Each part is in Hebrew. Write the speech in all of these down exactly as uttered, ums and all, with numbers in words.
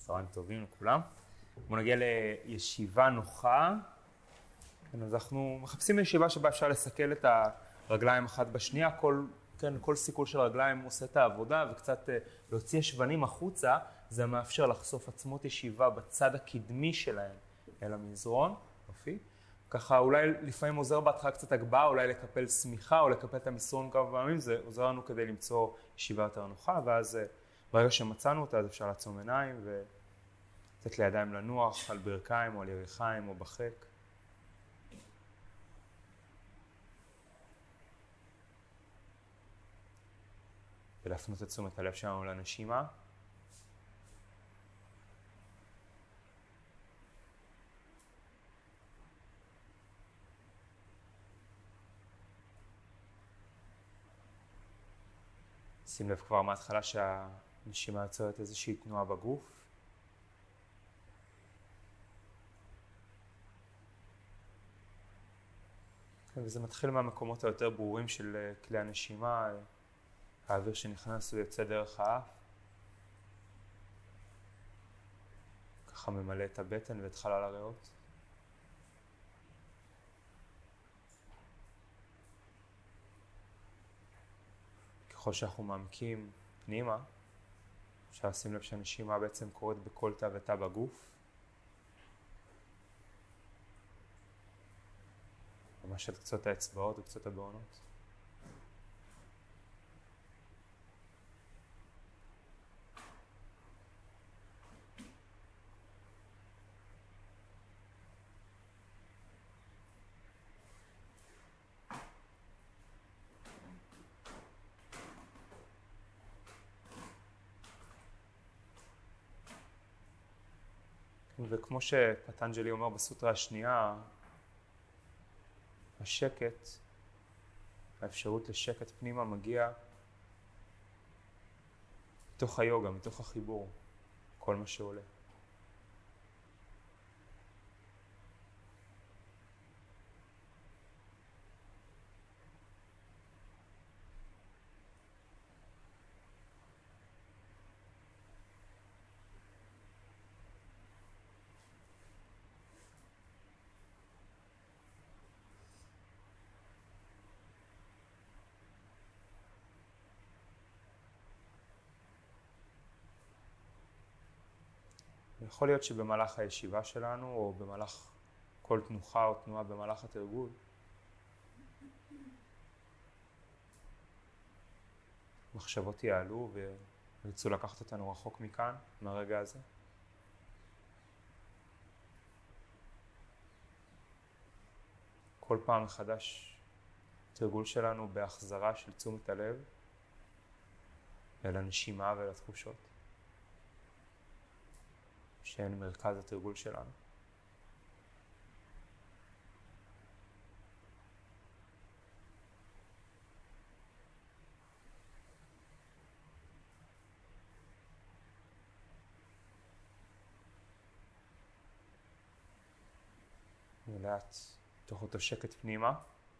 צהריים טובים לכולם. בואו נגיע לישיבה נוחה. אז אנחנו מחפשים ישיבה שבה אפשר לסכל את הרגליים אחת בשנייה. כל, כן, כל סיכול של רגליים עושה את העבודה, וקצת להוציא השבנים החוצה, זה מאפשר לחשוף עצמות ישיבה בצד הקדמי שלהם אל המזרון. יופי. ככה אולי לפעמים עוזר בהתחלה קצת הגבהה, אולי לקפל סמיכה או לקפל את המסרון כמה פעמים, זה עוזר לנו כדי למצוא ישיבה יותר נוחה, ואז ברגע שמצאנו אותה אז אפשר לעצום עיניים ולתת לידיים לנוח על ברכיים או על ירכיים או בחק. ולהפנות את תשומת הלב שלנו לנשימה. שים לב כבר מההתחלה שהנשימה יוצרת איזושהי תנועה בגוף. וזה מתחיל מהמקומות היותר ברורים של כלי הנשימה, האוויר שנכנס ויוצא דרך האף. ככה ממלא את הבטן ואת חלל הריאות. ככל שאנחנו מעמקים פנימה, אפשר לשים לב שהנשימה בעצם קורית בכל תא ותא בגוף. ממש עד קצות האצבעות וקצות הבעונות. וכמו שפטנג'לי אומר בסוטרה השנייה, השקט, האפשרות לשקט פנימה מגיע מתוך היוגה, מתוך החיבור, כל מה שעולה. יכול להיות שבמהלך הישיבה שלנו, או במהלך כל תנוחה או תנועה במהלך התרגול, מחשבות יעלו וירצו לקחת אותנו רחוק מכאן, מהרגע הזה. כל פעם מחדש תרגול שלנו בהחזרה של תשומת הלב אל הנשימה ואל התחושות. שהן מרכז התרגול שלנו. ולאט תוך אותו שקט פנימה.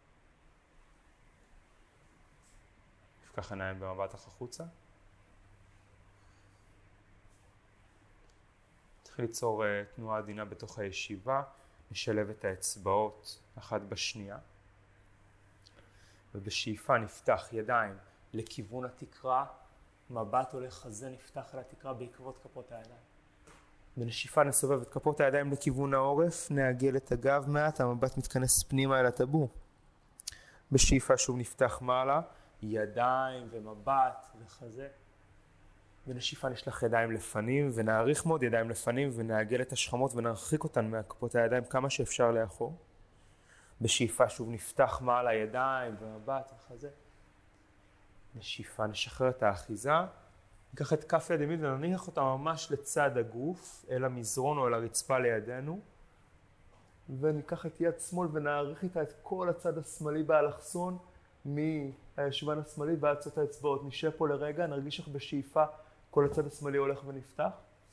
נפקח עיניים במבט החוצה. נתחיל ליצור uh, תנועה עדינה בתוך הישיבה, נשלב את האצבעות אחת בשנייה. ובשאיפה נפתח ידיים לכיוון התקרה, מבט הולך חזה נפתח על התקרה בעקבות כפות הידיים. בנשיפה נסובב את כפות הידיים לכיוון העורף, נעגל את הגב מעט, המבט מתכנס פנימה אל הטבור. בשאיפה שוב נפתח מעלה, ידיים ומבט וחזה. בנשיפה נשלח ידיים לפנים ונעריך מאוד ידיים לפנים ונעגל את השכמות ונרחיק אותן מהכפות הידיים כמה שאפשר לאחור. בשאיפה שוב נפתח מעלה ידיים ומבט וחזה. בשאיפה נשחרר את האחיזה. ניקח את כף יד ימין ונניח אותה ממש לצד הגוף, אל המזרון או אל הרצפה לידינו. וניקח את יד שמאל ונעריך איתה את כל הצד השמאלי באלכסון, מהישבן השמאלי ועד קצות האצבעות. נשאר פה לרגע, נרגיש איך בשאיפה כל הצד השמאלי הולך ונפתח.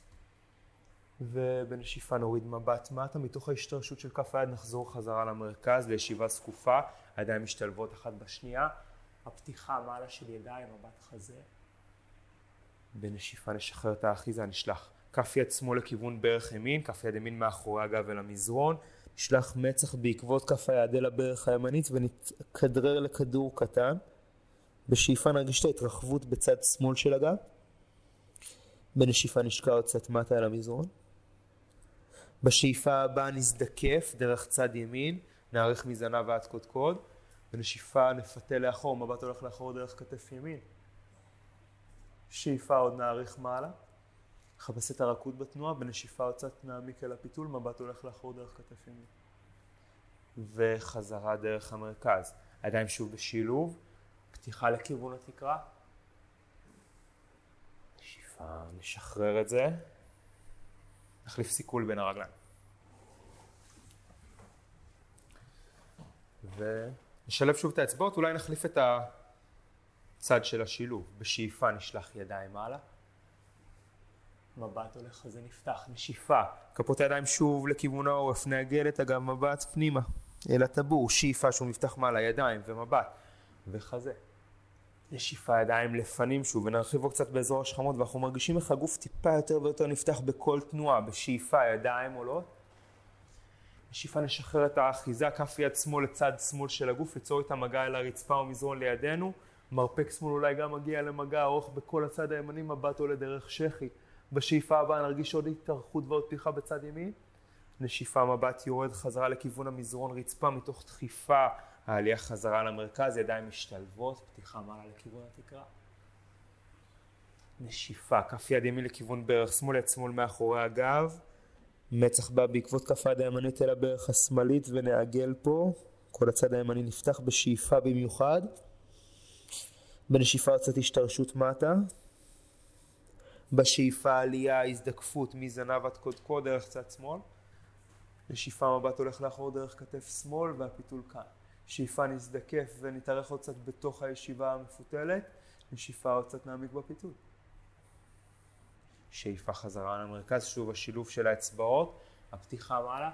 ובנשיפה נוריד מבט מטה, מתוך ההשתרשות של כף היד נחזור חזרה למרכז, לישיבה זקופה, הידיים משתלבות אחת בשנייה, הפתיחה מעלה של ידיים, מבט חזה. בנשיפה נשחרר את האחיזה, נשלח כף יד שמאל לכיוון ברך ימין, כף יד ימין מאחורי הגב אל המזרון, נשלח מצח בעקבות כף היד אל הברך הימנית ונתכדרר לכדור קטן. בשאיפה נרגיש את ההתרחבות בצד שמאל של הגב. בנשיפה נשקע עוד קצת מטה אל המזרון. בשאיפה הבאה נזדקף דרך צד ימין, נערך מזנב ועד קודקוד. בנשיפה נפתה לאחור, מבט הולך לאחור דרך כתף ימין. שאיפה עוד נעריך מעלה. חפש את הרכות בתנועה, בנשיפה עוד קצת נעמיק אל הפיתול, מבט הולך לאחור דרך כתף ימין. וחזרה דרך המרכז. הידיים שוב בשילוב, פתיחה לכיוון התקרה. נשיפה, נשחרר את זה. נחליף סיכול בין הרגליים. ונשלב שוב את האצבעות, אולי נחליף את הצד של השילוב. בשאיפה נשלח ידיים מעלה. מבט הולך, חזה נפתח, נשיפה. כפות הידיים שוב לכיוון העורף, נעגל את הגב, מבט פנימה. אל הטבור, שאיפה שהוא נפתח מעלה, ידיים ומבט וחזה. נשיפה ידיים לפנים שוב, ונרחיב בו קצת באזור השכמות, ואנחנו מרגישים איך הגוף טיפה יותר ויותר נפתח בכל תנועה. בשאיפה ידיים עולות. נשיפה נשחרר את האחיזה, כף יד שמאל לצד שמאל של הגוף, ליצור את המגע אל הרצפה ומזרון לידינו. מרפק שמאל אולי גם מגיע למגע ארוך בכל הצד הימני, מבט עולה דרך שכי. בשאיפה הבאה נרגיש עוד התארכות ועוד פתיחה בצד ימין. נשיפה מבט יורד חזרה לכיוון המזרון רצפה מתוך דחיפה. העלייה חזרה למרכז, ידיים משתלבות, פתיחה מעלה לכיוון התקרה. נשיפה, כף יד ימין לכיוון ברך שמאל, יד שמאל מאחורי הגב. מצח בא בעקבות כף היד הימנית אל הברך השמאלית ונעגל פה. כל הצד הימני נפתח בשאיפה במיוחד. בנשיפה יוצאת השתרשות מטה. בשאיפה עלייה, הזדקפות מזנב עד קודקוד דרך צד שמאל. נשיפה מבט הולך לאחור דרך כתף שמאל והפיתול כאן. שאיפה נזדקף ונתארך עוד קצת בתוך הישיבה המפותלת. נשיפה עוד קצת נעמיק בפיתול. שאיפה חזרה למרכז, שוב השילוב של האצבעות, הפתיחה מעלה.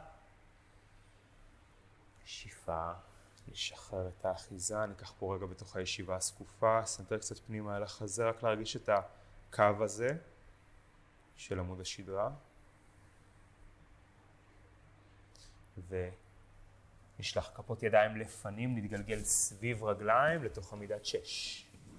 שאיפה, נשחרר את האחיזה, ניקח פה רגע בתוך הישיבה הסקופה, סנטר קצת פנימה אל החזה, רק להרגיש את הקו הזה של עמוד השדרה. ונשלח כפות ידיים לפנים, נתגלגל סביב רגליים לתוך עמידת שש.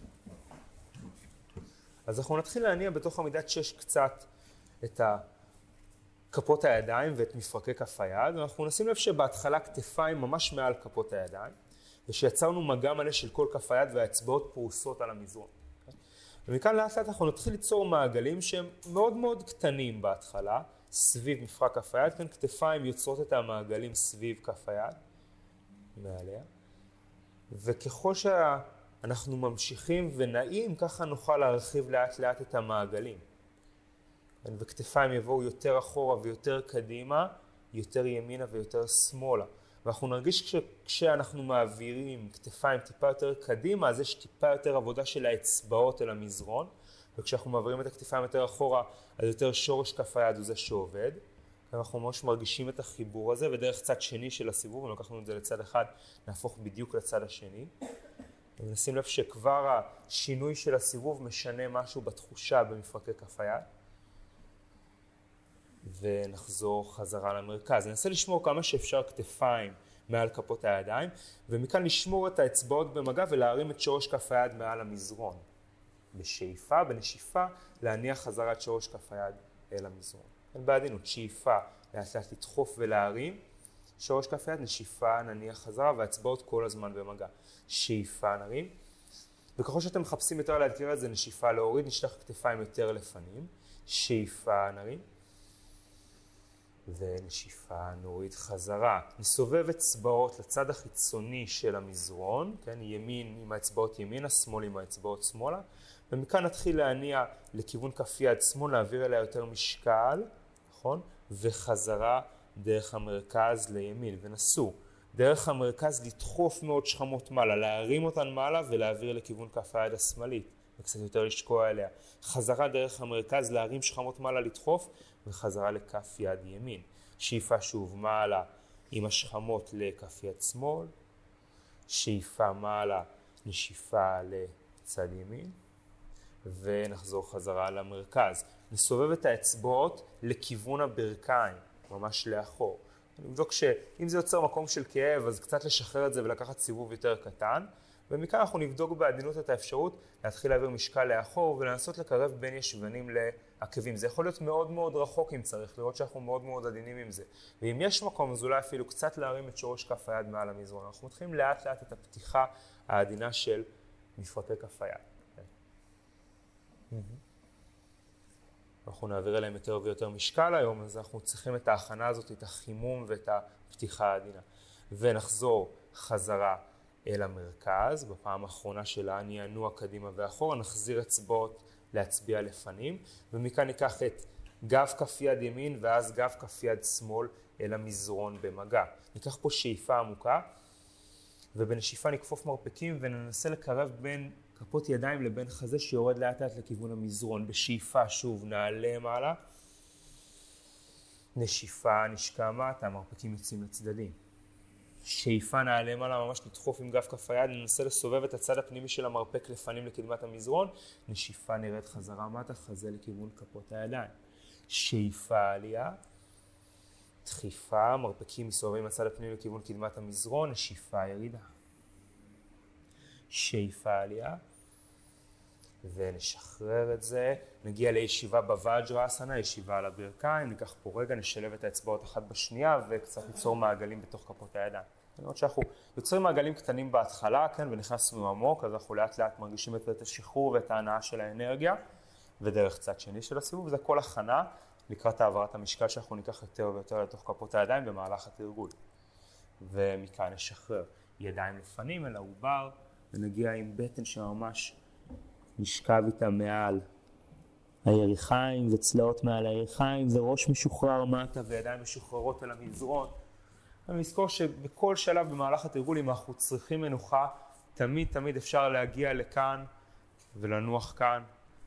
אז אנחנו נתחיל להניע בתוך עמידת שש קצת את כפות הידיים ואת מפרקי כף היד, ואנחנו נשים לב שבהתחלה כתפיים ממש מעל כפות הידיים, ושיצרנו מגע מלא של כל כף היד והאצבעות פרוסות על המזרון. ומכאן לאט לאט אנחנו נתחיל ליצור מעגלים שהם מאוד מאוד קטנים בהתחלה, סביב מפרק כף היד, כאן כתפיים יוצרות את המעגלים סביב כף היד, מעליה, וככל שאנחנו ממשיכים ונעים, ככה נוכל להרחיב לאט לאט את המעגלים. וכתפיים יבואו יותר אחורה ויותר קדימה, יותר ימינה ויותר שמאלה. ואנחנו נרגיש כש, כשאנחנו מעבירים כתפיים טיפה יותר קדימה, אז יש טיפה יותר עבודה של האצבעות אל המזרון, וכשאנחנו מעבירים את הכתפיים יותר אחורה, אז יותר שורש כף היד הוא זה שעובד. אנחנו ממש מרגישים את החיבור הזה, ודרך צד שני של הסיבוב, אם לקחנו את זה לצד אחד, נהפוך בדיוק לצד השני. ונשים לב שכבר השינוי של הסיבוב משנה משהו בתחושה במפרקי כף היד. ונחזור חזרה למרכז. ננסה לשמור כמה שאפשר כתפיים מעל כפות הידיים, ומכאן לשמור את האצבעות במגע ולהרים את שורש כף היד מעל המזרון. בשאיפה, בנשיפה, להניח חזרה את שורש כף היד אל המזרון. בעדינות, שאיפה, לאט לאט לדחוף ולהרים, שורש כף היד, נשיפה, נניח חזרה, והאצבעות כל הזמן במגע. שאיפה, נרים. וככל שאתם מחפשים יותר להדגיר את זה, נשיפה להוריד, נשלח כתפיים יותר לפנים. שאיפה, נרים. ונשיפה, נוריד חזרה. נסובב אצבעות לצד החיצוני של המזרון, כן? ימין עם האצבעות ימינה, שמאל עם האצבעות שמאלה. ומכאן נתחיל להניע לכיוון כף יד שמאל, להעביר אליה יותר משקל, נכון? וחזרה דרך המרכז לימין. ונסו, דרך המרכז לדחוף מאוד שכמות מעלה, להרים אותן מעלה ולהעביר לכיוון כף היד השמאלית, וקצת יותר לשקוע אליה. חזרה דרך המרכז, להרים שכמות מעלה, לדחוף, וחזרה לכף יד ימין. שאיפה שוב מעלה עם השכמות לכף יד שמאל, שאיפה מעלה, נשיפה לצד ימין, ונחזור חזרה למרכז. נסובב את האצבעות לכיוון הברכיים, ממש לאחור. נבדוק שאם זה יוצר מקום של כאב, אז קצת לשחרר את זה ולקחת סיבוב יותר קטן. ומכאן אנחנו נבדוק בעדינות את האפשרות להתחיל להעביר משקל לאחור ולנסות לקרב בין ישבנים לעקבים. זה יכול להיות מאוד מאוד רחוק אם צריך, לראות שאנחנו מאוד מאוד עדינים עם זה. ואם יש מקום, אז אולי אפילו קצת להרים את שורש כף היד מעל המזרון. אנחנו מתחילים לאט לאט את הפתיחה העדינה של מפרקי כף היד. אנחנו נעביר אליהם יותר ויותר משקל היום, אז אנחנו צריכים את ההכנה הזאת, את החימום ואת הפתיחה העדינה. ונחזור חזרה אל המרכז, בפעם האחרונה שלה אני אנוע קדימה ואחורה, נחזיר אצבעות להצביע לפנים, ומכאן ניקח את גב כף יד ימין ואז גב כף יד שמאל אל המזרון במגע. ניקח פה שאיפה עמוקה, ובנשיפה נקפוף מרפקים וננסה לקרב בין כפות ידיים לבין חזה שיורד לאט לאט לכיוון המזרון. בשאיפה שוב נעלה מעלה, נשיפה נשקע מטה, המרפקים יוצאים לצדדים. שאיפה נעלה מעלה, ממש נדחוף עם גב כף היד, ננסה לסובב את הצד הפנימי של המרפק לפנים לקדמת המזרון. נשיפה נרד חזרה מטה, חזה לכיוון כפות הידיים. שאיפה עלייה, דחיפה, מרפקים מסובבים הצד הפנימי לכיוון קדמת המזרון, נשיפה ירידה. שאיפה עלייה, ונשחרר את זה, נגיע לישיבה בוואג'ראסנה, ישיבה על הברכיים, ניקח פה רגע, נשלב את האצבעות אחת בשנייה וקצת ניצור מעגלים בתוך כפות הידיים. נראות שאנחנו יוצרים מעגלים קטנים בהתחלה, כן, ונכנסנו עמוק, אז אנחנו לאט לאט מרגישים את השחרור ואת ההנאה של האנרגיה, ודרך צד שני של הסיבוב, זה כל הכנה לקראת העברת המשקל שאנחנו ניקח יותר ויותר לתוך כפות הידיים במהלך התרגול. ומכאן נשחרר ידיים לפנים אל העובר, ונגיע עם בטן שממש נשכב איתה מעל היריחיים וצלעות מעל היריחיים וראש משוחרר מטה וידיים משוחררות על המזרון. ונזכור שבכל שלב במהלך התרגול אם אנחנו צריכים מנוחה, תמיד תמיד אפשר להגיע לכאן ולנוח כאן.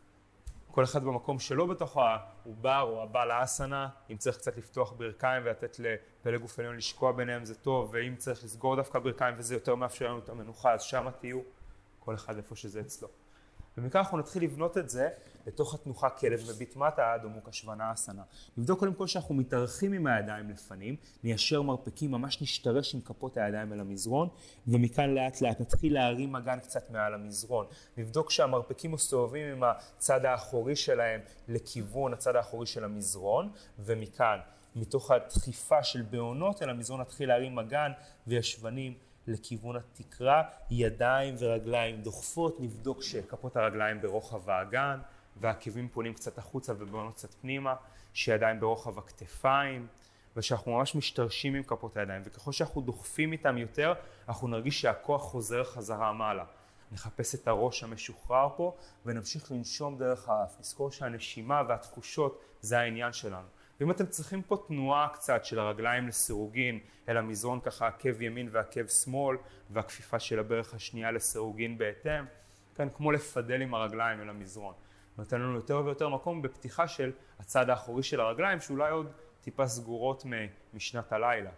כל אחד במקום שלו בתוך העובר או הבעל האסנה, אם צריך קצת לפתוח ברכיים ולתת לפלג גוף עליון לשקוע ביניהם זה טוב, ואם צריך לסגור דווקא ברכיים וזה יותר מאפשר לנו את המנוחה, אז שמה תהיו, כל אחד איפה שזה אצלו. ומכאן אנחנו נתחיל לבנות את זה לתוך התנוחה כלב מביט מטה עד עמוק השוונה אסנה. נבדוק קודם כל שאנחנו מתארחים עם הידיים לפנים, ניישר מרפקים, ממש נשתרש עם כפות הידיים אל המזרון, ומכאן לאט לאט נתחיל להרים מגן קצת מעל המזרון. נבדוק שהמרפקים מסתובבים עם הצד האחורי שלהם לכיוון הצד האחורי של המזרון, ומכאן מתוך הדחיפה של בעונות אל המזרון נתחיל להרים מגן וישבנים לכיוון התקרה, ידיים ורגליים דוחפות, נבדוק שכפות הרגליים ברוחב האגן, והעקבים פונים קצת החוצה ובעונות קצת פנימה, שידיים ברוחב הכתפיים, ושאנחנו ממש משתרשים עם כפות הידיים, וככל שאנחנו דוחפים איתם יותר, אנחנו נרגיש שהכוח חוזר חזרה מעלה. נחפש את הראש המשוחרר פה, ונמשיך לנשום דרך האף. נזכור שהנשימה והתחושות זה העניין שלנו. ואם אתם צריכים פה תנועה קצת של הרגליים לסירוגין אל המזרון, ככה עקב ימין ועקב שמאל, והכפיפה של הברך השנייה לסירוגין בהתאם, כאן כמו לפדל עם הרגליים אל המזרון. נותן לנו יותר ויותר מקום בפתיחה של הצד האחורי של הרגליים, שאולי עוד טיפה סגורות משנת הלילה.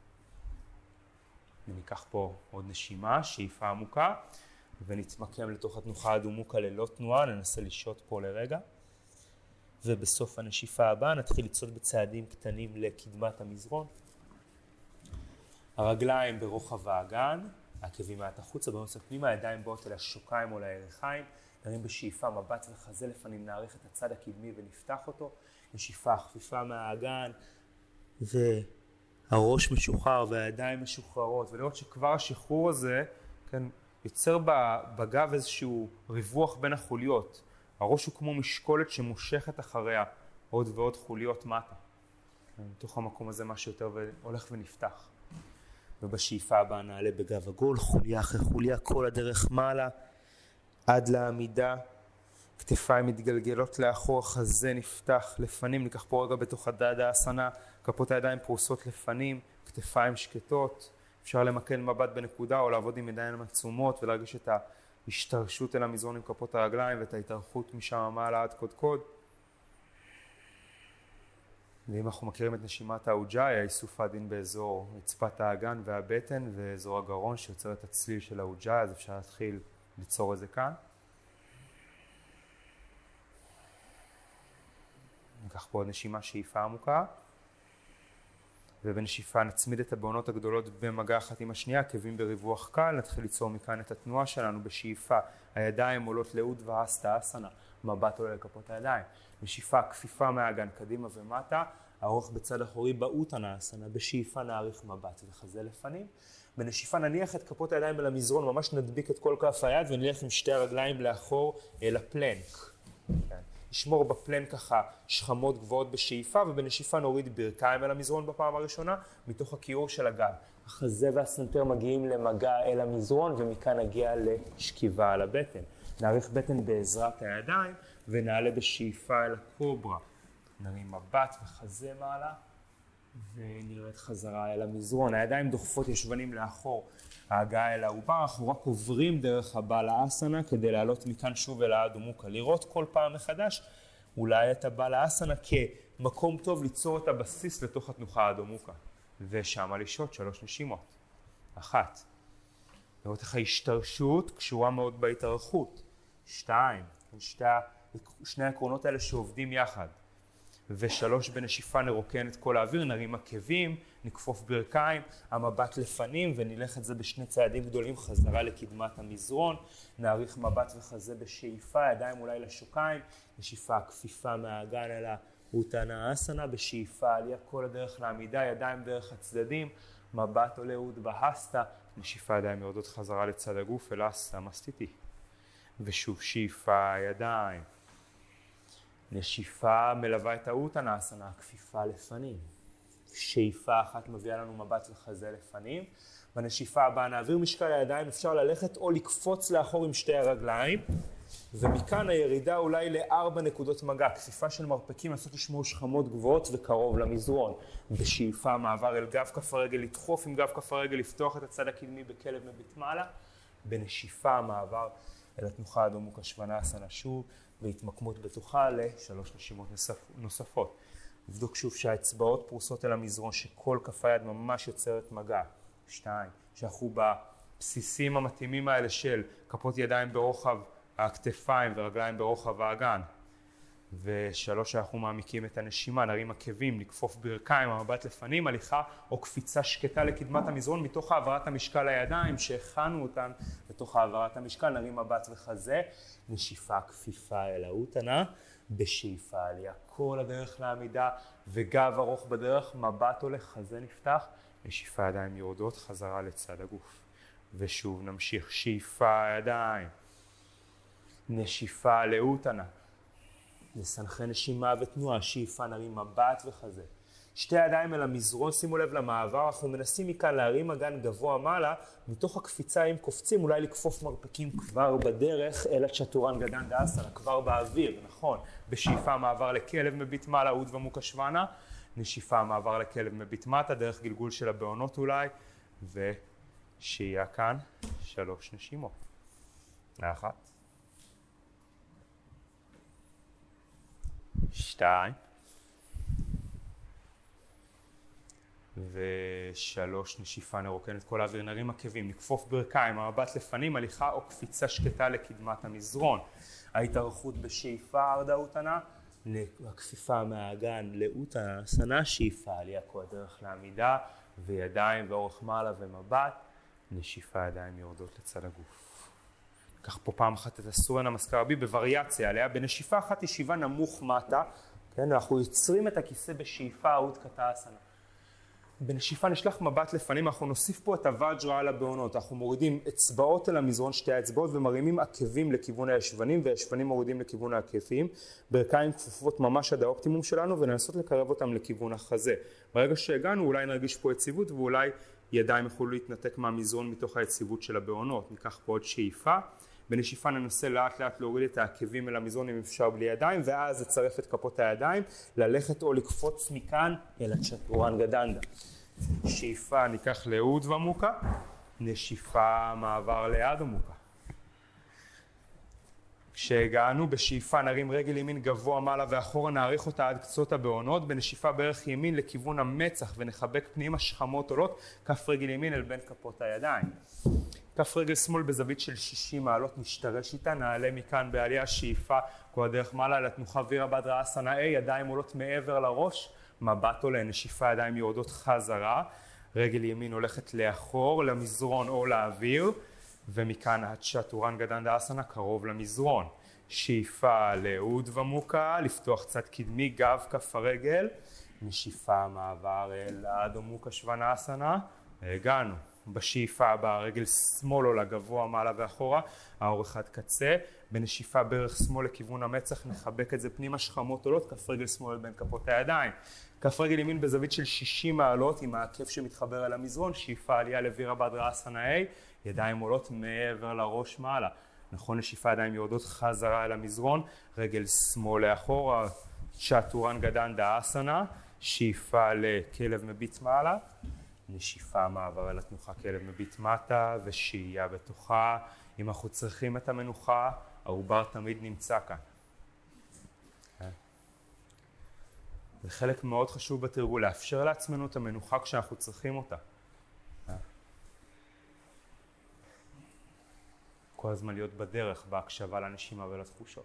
וניקח פה עוד נשימה, שאיפה עמוקה, ונתמקם לתוך התנוחה הדומוקה ללא תנועה, ננסה לשהות פה לרגע. ובסוף הנשיפה הבאה נתחיל לצעוד בצעדים קטנים לקדמת המזרון. הרגליים ברוחב האגן, העקבים מעט החוצה, בנוצת פנימה, הידיים באות אל השוקיים או לירכיים, נרים בשאיפה מבט וחזה לפנים, נעריך את הצד הקדמי ונפתח אותו, נשיפה, חפיפה מהאגן, והראש משוחרר והידיים משוחררות, ולראות שכבר השחרור הזה כן, יוצר בגב איזשהו ריווח בין החוליות. הראש הוא כמו משקולת שמושכת אחריה עוד ועוד חוליות מטה. מתוך המקום הזה משהו יותר הולך ונפתח. ובשאיפה הבאה נעלה בגב עגול, חוליה אחרי חוליה, כל הדרך מעלה, עד לעמידה. כתפיים מתגלגלות לאחור, חזה נפתח לפנים, ניקח פה רגע בתוך הדד האסנה, כפות הידיים פרוסות לפנים, כתפיים שקטות. אפשר למקד מבט בנקודה או לעבוד עם ידיים עצומות ולהרגיש את ההשתרשות אל המזרון עם כפות הרגליים ואת ההתארכות משם מעלה עד קודקוד. ואם אנחנו מכירים את נשימת האוג'אי, האיסוף העדין באזור רצפת האגן והבטן ואזור הגרון שיוצר את הצליל של האוג'אי, אז אפשר להתחיל ליצור את זה כאן. ניקח פה עוד נשימה, שאיפה עמוקה. ובנשיפה נצמיד את הבעונות הגדולות במגע אחת עם השנייה, עקבים בריווח קל, נתחיל ליצור מכאן את התנועה שלנו. בשאיפה הידיים עולות לאודווה-הסטה אסנה, מבט עולה לכפות הידיים. בשאיפה כפיפה מהאגן קדימה ומטה, האורך בצד אחורי באוטנה אסנה. בשאיפה נאריך מבט וחזה לפנים. בנשיפה נניח את כפות הידיים אל המזרון, ממש נדביק את כל כף היד ונלך עם שתי הרגליים לאחור אל הפלנק. כן. נשמור בפלנק ככה שכמות גבוהות בשאיפה, ובנשיפה נוריד ברכיים אל המזרון בפעם הראשונה, מתוך הכיעור של הגב. החזה והסנטר מגיעים למגע אל המזרון, ומכאן נגיע לשכיבה על הבטן. נאריך בטן בעזרת הידיים, ונעלה בשאיפה אל הקוברה. נרים מבט וחזה מעלה, ונרד חזרה אל המזרון. הידיים דוחפות ישבנים לאחור, ההגעה אל העובר, אנחנו רק עוברים דרך הבעלה אסנה כדי לעלות מכאן שוב אל האדו מוקה. לראות כל פעם מחדש אולי את הבעלה אסנה כמקום טוב ליצור את הבסיס לתוך התנוחה האדו מוקה. ושם לשהות שלוש נשימות. אחת, לראות איך ההשתרשות קשורה מאוד בהתארכות. שתיים, שתי, שני העקרונות האלה שעובדים יחד. ושלוש, בנשיפה נרוקן את כל האוויר, נרים עקבים, נכפוף ברכיים, המבט לפנים, ונלך את זה בשני צעדים גדולים חזרה לקדמת המזרון. נאריך מבט וחזה בשאיפה, ידיים אולי לשוקיים, נשיפה כפיפה מהאגן אל האוטנה אסנה, בשאיפה עלייה כל הדרך לעמידה, ידיים דרך הצדדים, מבט עולה אודווה-הסטה, נשיפה ידיים יורדות חזרה לצד הגוף אל הסטה מסטיטי. ושוב שאיפה ידיים. נשיפה מלווה את האוטנה אסנה, הכפיפה לפנים. שאיפה אחת מביאה לנו מבט וחזה לפנים. בנשיפה הבאה נעביר משקל הידיים, אפשר ללכת או לקפוץ לאחור עם שתי הרגליים. ומכאן הירידה אולי לארבע נקודות מגע, כפיפה של מרפקים, לעשות לשמור שכמות גבוהות וקרוב למזרון. בשאיפה מעבר אל גב כף הרגל, לדחוף עם גב כף הרגל, לפתוח את הצד הקדמי בכלב מביט מעלה. בנשיפה מעבר אל התנוחה האדו מוקה שוונאסנה שוב. והתמקמות בטוחה לשלוש נשימות נוספות. נבדוק שוב שהאצבעות פרוסות אל המזרון, שכל כף היד ממש יוצרת מגע. שתיים, שאנחנו בבסיסים המתאימים האלה של כפות ידיים ברוחב הכתפיים ורגליים ברוחב האגן. ושלוש, שאנחנו מעמיקים את הנשימה, נרים עקבים, נכפוף ברכיים, המבט לפנים, הליכה או קפיצה שקטה לקדמת המזרון מתוך העברת המשקל לידיים שהכנו אותן בתוך העברת המשקל, נרים מבט וחזה, נשיפה כפיפה אל האוטנה, בשאיפה עלייה כל הדרך לעמידה וגב ארוך בדרך, מבט הולך, חזה נפתח, נשיפה ידיים יורדות חזרה לצד הגוף. ושוב נמשיך, שאיפה ידיים, נשיפה לאוטנה. נסנכרן נשימה ותנועה, שאיפה נרים מבט וחזה. שתי ידיים אל המזרון, שימו לב למעבר, אנחנו מנסים מכאן להרים אגן גבוה מעלה, מתוך הקפיצה אם קופצים, אולי לקפוף מרפקים כבר בדרך אל הצ'טורנגה אסנה, כבר באוויר, נכון. בשאיפה מעבר לכלב מביט מעלה, אודווה מוקה שוואנה, נשיפה מעבר לכלב מביט מטה, דרך גלגול של הבעונות אולי, ושיהיה כאן שלוש נשימות. אחת. שתיים. ושלוש, נשיפה נרוקן את כל האוויר, נרים עקבים, נכפוף ברכיים, המבט לפנים, הליכה או קפיצה שקטה לקדמת המזרון. ההתארכות בשאיפה ארדה אוטנה, הכפיפה מהאגן לאוטנה אסנה, שאיפה עלייה כל הדרך לעמידה, וידיים ואורך מעלה ומבט, נשיפה ידיים יורדות לצד הגוף. ניקח פה פעם אחת את הסורן המזכרבי בווריאציה עליה, בנשיפה אחת ישיבה נמוך מטה, כן? אנחנו יוצרים את הכיסא בשאיפה אודקה אסנה. בנשיפה נשלח מבט לפנים, אנחנו נוסיף פה את הוואג'רה על הבעונות, אנחנו מורידים אצבעות אל המזרון, שתי האצבעות, ומרימים עקבים לכיוון הישבנים, והישבנים מורידים לכיוון העקפים, ברכיים כפופות ממש עד האופטימום שלנו, וננסות לקרב אותם לכיוון החזה. ברגע שהגענו אולי נרגיש פה יציבות, ואולי ידיים יכולו להתנתק מהמזרון מתוך היציבות של הבעונות. ניקח פה עוד שאיפה, בנשיפה ננסה לאט לאט להוריד את העקבים אל המזרון אם אפשר בלי ידיים, ואז לצרף את כפות הידיים, ללכת או לקפוץ מכאן אל הצ'טורנגה דנדה. שאיפה ניקח לאודווה מוקה, נשיפה מעבר לאדו מוקה. כשהגענו בשאיפה נרים רגל ימין גבוה מעלה ואחורה, נעריך אותה עד קצות הבעונות, בנשיפה בערך ימין לכיוון המצח ונחבק פנימה, שכמות עולות, כף רגל ימין אל בין כפות הידיים. כף רגל שמאל בזווית של שישים מעלות, נשתרש איתה, נעלה מכאן בעלייה, שאיפה כל הדרך מעלה לתנוחה וירבהדרה אסנה A, ידיים עולות מעבר לראש, מבט עולה, נשיפה ידיים יורדות חזרה, רגל ימין הולכת לאחור, למזרון או לאוויר, ומכאן הצ'טורנגה דנדה אסנה קרוב למזרון. שאיפה לאודווה מוקה, לפתוח צד קדמי, גב כף הרגל, נשיפה מעבר אל אדו מוקה שוונה אסנה, הגענו. בשאיפה הבאה רגל שמאל עולה גבוה מעלה ואחורה, האורך עד קצה, בנשיפה ברך שמאל לכיוון המצח, נחבק את זה פנימה, שכמות עולות, כף רגל שמאל בין כפות הידיים. כף רגל ימין בזווית של שישים מעלות עם העקב שמתחבר אל המזרון, שאיפה עלייה לווירבהדרה אסנה A, ידיים עולות מעבר לראש מעלה. נכון, נשיפה ידיים יורדות חזרה אל המזרון, רגל שמאל לאחורה, צ'טורנגה דנדה אסנה, שאיפה לכלב מביט מעלה, נשיפה מעבר אל התנוחה כלב מביט מטה ושהייה בתוכה. אם אנחנו צריכים את המנוחה, העובר תמיד נמצא כאן. זה חלק מאוד חשוב בתרגול, לאפשר לעצמנו את המנוחה כשאנחנו צריכים אותה. כל הזמן להיות בדרך, בהקשבה לנשימה ולתחושות.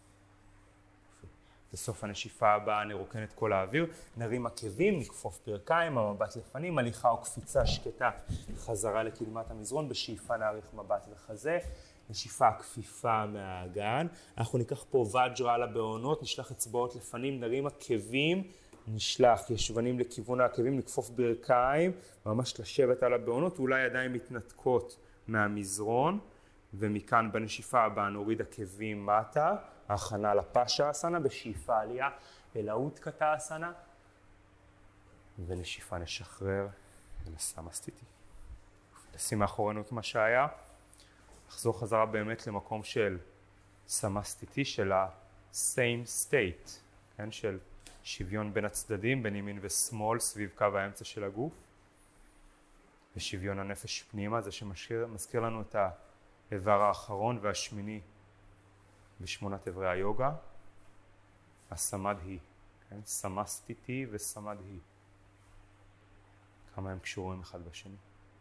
בסוף הנשיפה הבאה נרוקן את כל האוויר, נרים עקבים, נכפוף ברכיים, המבט לפנים, הליכה או קפיצה שקטה חזרה לקדמת המזרון, בשאיפה נאריך מבט וחזה, נשיפה כפיפה מהאגן, אנחנו ניקח פה וג'רה על הבעונות, נשלח אצבעות לפנים, נרים עקבים, נשלח ישבנים לכיוון העקבים, נכפוף ברכיים, ממש לשבת על הבעונות, אולי ידיים מתנתקות מהמזרון, ומכאן בנשיפה הבאה נוריד עקבים מטה, הכנה לפאשה אסנה, בשאיפה עלייה אל האודקה אסנה, ונשיפה נשחרר ולסמסטיטי. נשים מאחורינו את מה שהיה, לחזור חזרה באמת למקום של סמסטיטי, של ה-same state, כן? של שוויון בין הצדדים, בין ימין ושמאל, סביב קו האמצע של הגוף, ושוויון הנפש פנימה, זה שמזכיר לנו את האיבר האחרון והשמיני, בשמונת אברי היוגה, הסמד היא, כן? סמסטיטי וסמד היא. כמה הם קשורים אחד בשני.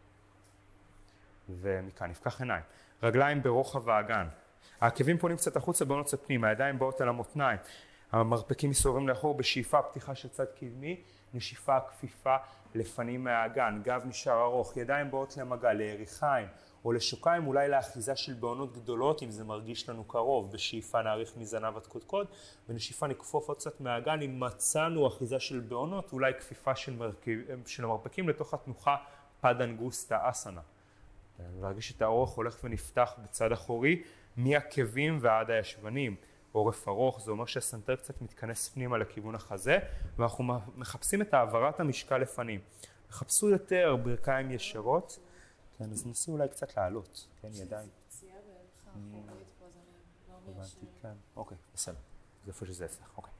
ומכאן נפקח עיניים. רגליים ברוחב האגן. העקבים פונים קצת החוצה, בעונות קצת פנימה, הידיים באות על המותניים. המרפקים מסובבים לאחור בשאיפה, פתיחה של צד קדמי, נשיפה כפיפה לפנים מהאגן, גב נשאר ארוך, ידיים באות למגע, ליריחיים. או לשוקיים, אולי לאחיזה של בעונות גדולות, אם זה מרגיש לנו קרוב. בשאיפה נאריך מזנב עד קודקוד, ונשיפה נכפוף עוד קצת מהאגן, אם מצאנו אחיזה של בעונות, אולי כפיפה של, מרכיב, של המרפקים לתוך התנוחה פדנגוסטה אסנה. להרגיש את האורך הולך ונפתח בצד אחורי, מעקבים ועד הישבנים. עורף ארוך, זה אומר שהסנטר קצת מתכנס פנימה לכיוון החזה, ואנחנו מחפשים את העברת המשקל לפנים. מחפשו יותר ברכיים ישרות, כן, אז נסי אולי קצת לעלות, כן, ידיים. פציעה בערך האחורית פה, אז אני לא מיישר. כן, אוקיי, בסדר. זה איפה שזה אצלך, אוקיי.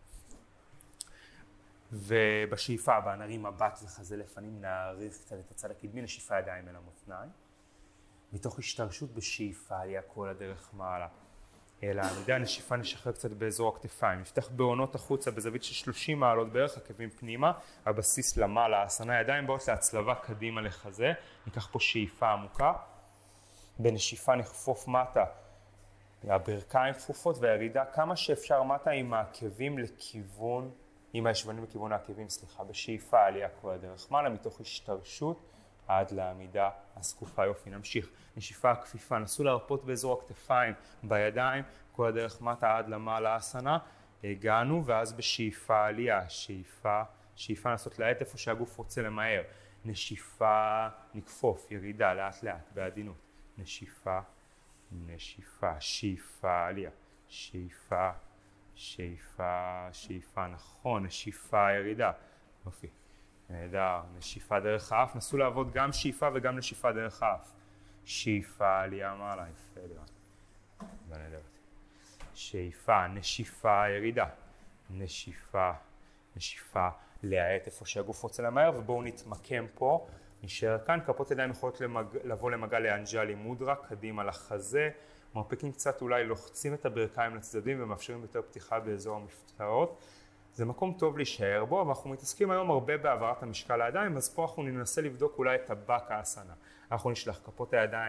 ובשאיפה הבאה נרים מבט וחזה לפנים, נעריך קצת את הצד הקדמי, נשיפה ידיים אל המותניים. מתוך השתרשות בשאיפה, עלייה כל הדרך מעלה. אל העמידה, נשיפה נשחרר קצת באזור הכתפיים. נפתח בעונות החוצה בזווית של שלושים מעלות בערך, עקבים פנימה, הבסיס למעלה, הסנה ידיים באות להצלבה קדימה לחזה. ניקח פה שאיפה עמוקה. בנשיפה נחפוף מטה, הברכיים כפופות והירידה כמה שאפשר מטה עם העקבים לכיוון, עם הישבנים לכיוון העקבים, סליחה, בשאיפה עלייה כל הדרך מעלה, מתוך השתרשות עד לעמידה הסקופה. יופי, נמשיך. נשיפה כפיפה, נסו להרפות באזור הכתפיים בידיים, כל הדרך מטה עד למעלה אסנה, הגענו, ואז בשאיפה עלייה, שאיפה, שאיפה לעשות לאט איפה שהגוף רוצה למהר, נשיפה נכפוף, ירידה לאט לאט, בעדינות, נשיפה, נשיפה, שאיפה עלייה, שאיפה, שאיפה, שאיפה, נכון, נשיפה ירידה, יופי. נהדר, נשיפה דרך האף, נסו לעבוד גם שאיפה וגם נשיפה דרך האף. שאיפה עלייה מעלה, יפה דרך. בנהדרת. שאיפה, נשיפה ירידה. נשיפה, נשיפה להאט איפה שהגוף רוצה למהר, ובואו נתמקם פה. נשאר כאן, כפות ידיים יכולות למג... לבוא למגע לאנג'לי מודרה, קדימה לחזה. מרפקים קצת אולי לוחצים את הברכיים לצדדים ומאפשרים יותר פתיחה באזור המפתעות. זה מקום טוב להישאר בו, אבל אנחנו מתעסקים היום הרבה בעברת המשקל לידיים, אז פה אנחנו ננסה לבדוק אולי את הבקה אסנה. אנחנו נשלח כפות הידיים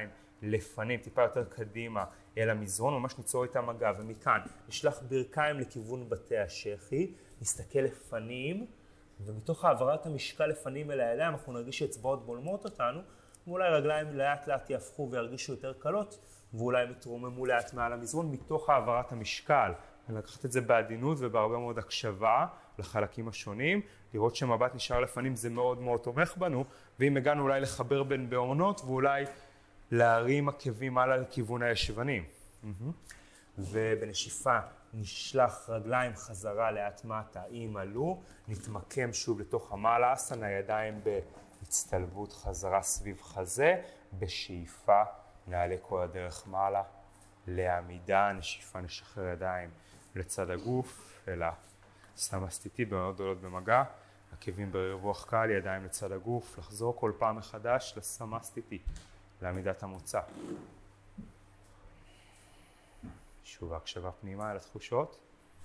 לפנים, טיפה יותר קדימה אל המזרון, ממש ניצור איתה מגע, ומכאן נשלח ברכיים לכיוון בתי השחי, נסתכל לפנים, ומתוך העברת המשקל לפנים אל הידיים אנחנו נרגיש שאצבעות בולמות אותנו, ואולי רגליים לאט לאט יהפכו וירגישו יותר קלות, ואולי מתרוממו לאט מעל המזרון מתוך העברת המשקל. לקחת את זה בעדינות ובהרבה מאוד הקשבה לחלקים השונים, לראות שמבט נשאר לפנים זה מאוד מאוד תומך בנו, ואם הגענו אולי לחבר בין בעונות ואולי להרים עקבים הלאה לכיוון הישבנים. ובנשיפה נשלח רגליים חזרה לאט מטה, אם עלו, נתמקם שוב לתוך המעלה אסנה, ידיים בהצטלבות חזרה סביב חזה, בשאיפה נעלה כל הדרך מעלה לעמידה, נשיפה נשחרר ידיים לצד הגוף, אל הסמסטיטי בעונות גדולות במגע, עקבים בריווח קל, ידיים לצד הגוף, לחזור כל פעם מחדש לסמסטיטי, לעמידת המוצא. שוב הקשבה פנימה אל התחושות.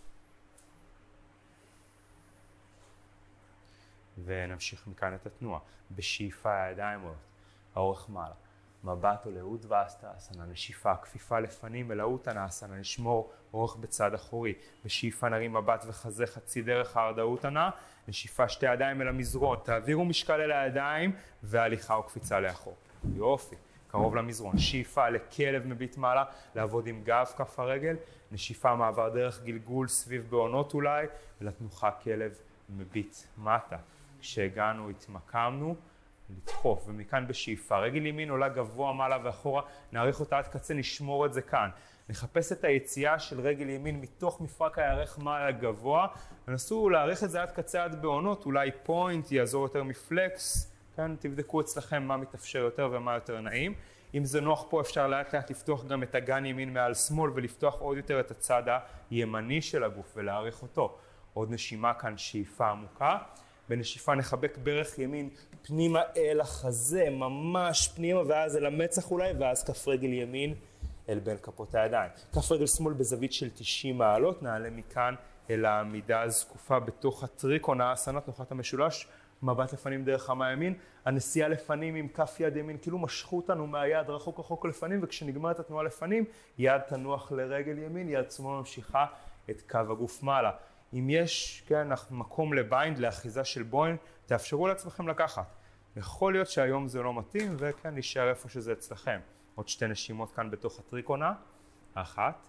ונמשיך מכאן את התנועה. בשאיפה הידיים עולות, האורך מעלה. מבט עולה אודווסטהאסנה, נשיפה, כפיפה לפנים אל האוטנאסנה, נשמור אורך בצד אחורי. בשאיפה נרים מבט וחזה חצי דרך הארדאוטנה, נשיפה שתי ידיים אל המזרון, תעבירו משקל אל הידיים והליכה או קפיצה לאחור. יופי, קרוב למזרון. שאיפה לכלב מביט מעלה, לעבוד עם גב כף הרגל, נשיפה מעבר דרך גלגול סביב בעונות אולי, ולתנוחה כלב מביט מטה. כשהגענו התמקמנו, לדחוף, ומכאן בשאיפה. רגל ימין עולה גבוה מעלה ואחורה, נעריך אותה עד קצה, נשמור את זה כאן. נחפש את היציאה של רגל ימין מתוך מפרק הירך מעלה גבוה, ונסו להעריך את זה עד קצה עד בעונות, אולי פוינט יעזור יותר מפלקס, כאן תבדקו אצלכם מה מתאפשר יותר ומה יותר נעים. אם זה נוח פה אפשר לאט לאט לפתוח גם את הגן ימין מעל שמאל, ולפתוח עוד יותר את הצד הימני של הגוף ולהעריך אותו. עוד נשימה כאן, שאיפה עמוקה. בנשיפה נחבק ברך ימין פנימה אל החזה, ממש פנימה, ואז אל המצח אולי, ואז כף רגל ימין אל בין כפות הידיים. כף רגל שמאל בזווית של תשעים מעלות, נעלה מכאן אל העמידה הזקופה בתוך הטריקונה, האסנה, תנוחת המשולש, מבט לפנים דרך המה ימין, הנסיעה לפנים עם כף יד ימין, כאילו משכו אותנו מהיד רחוק רחוק לפנים, וכשנגמר את התנועה לפנים, יד תנוח לרגל ימין, יד שמאל ממשיכה את קו הגוף מעלה. אם יש, כן, מקום לביינד, לאחיזה של בוין, תאפשרו לעצמכם לקחת. יכול להיות שהיום זה לא מתאים, וכן, נשאר איפה שזה אצלכם. עוד שתי נשימות כאן בתוך הטריקונה, אחת.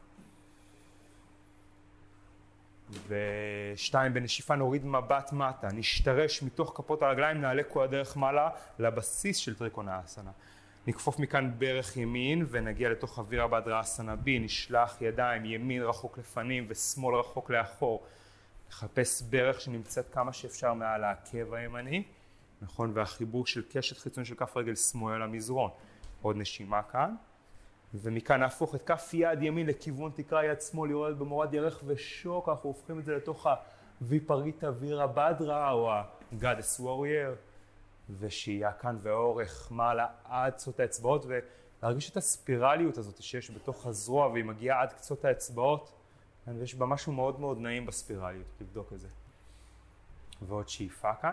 ושתיים, בנשיפה נוריד מבט מטה, נשתרש מתוך כפות הרגליים, נעלה כל הדרך מעלה לבסיס של טריקונה אסנה. נכפוף מכאן ברך ימין ונגיע לתוך אווירה בהדרה אסנה בי, נשלח ידיים ימין רחוק לפנים ושמאל רחוק לאחור. נחפש ברך שנמצאת כמה שאפשר מעל העקב הימני, נכון? והחיבור של קשת חיצון של כף רגל שמאל למזרון. עוד נשימה כאן. ומכאן נהפוך את כף יד ימין לכיוון תקרה יד שמאל, יורד במורד ירך ושוק, אנחנו הופכים את זה לתוך הוויפריטה וירה בדרה או ה-Goddess Warrior, ושהייה כאן ואורך מעלה עד קצות האצבעות, ולהרגיש את הספירליות הזאת שיש בתוך הזרוע והיא מגיעה עד קצות האצבעות, ויש בה משהו מאוד מאוד נעים בספירליות, לבדוק את זה. ועוד שאיפה כאן.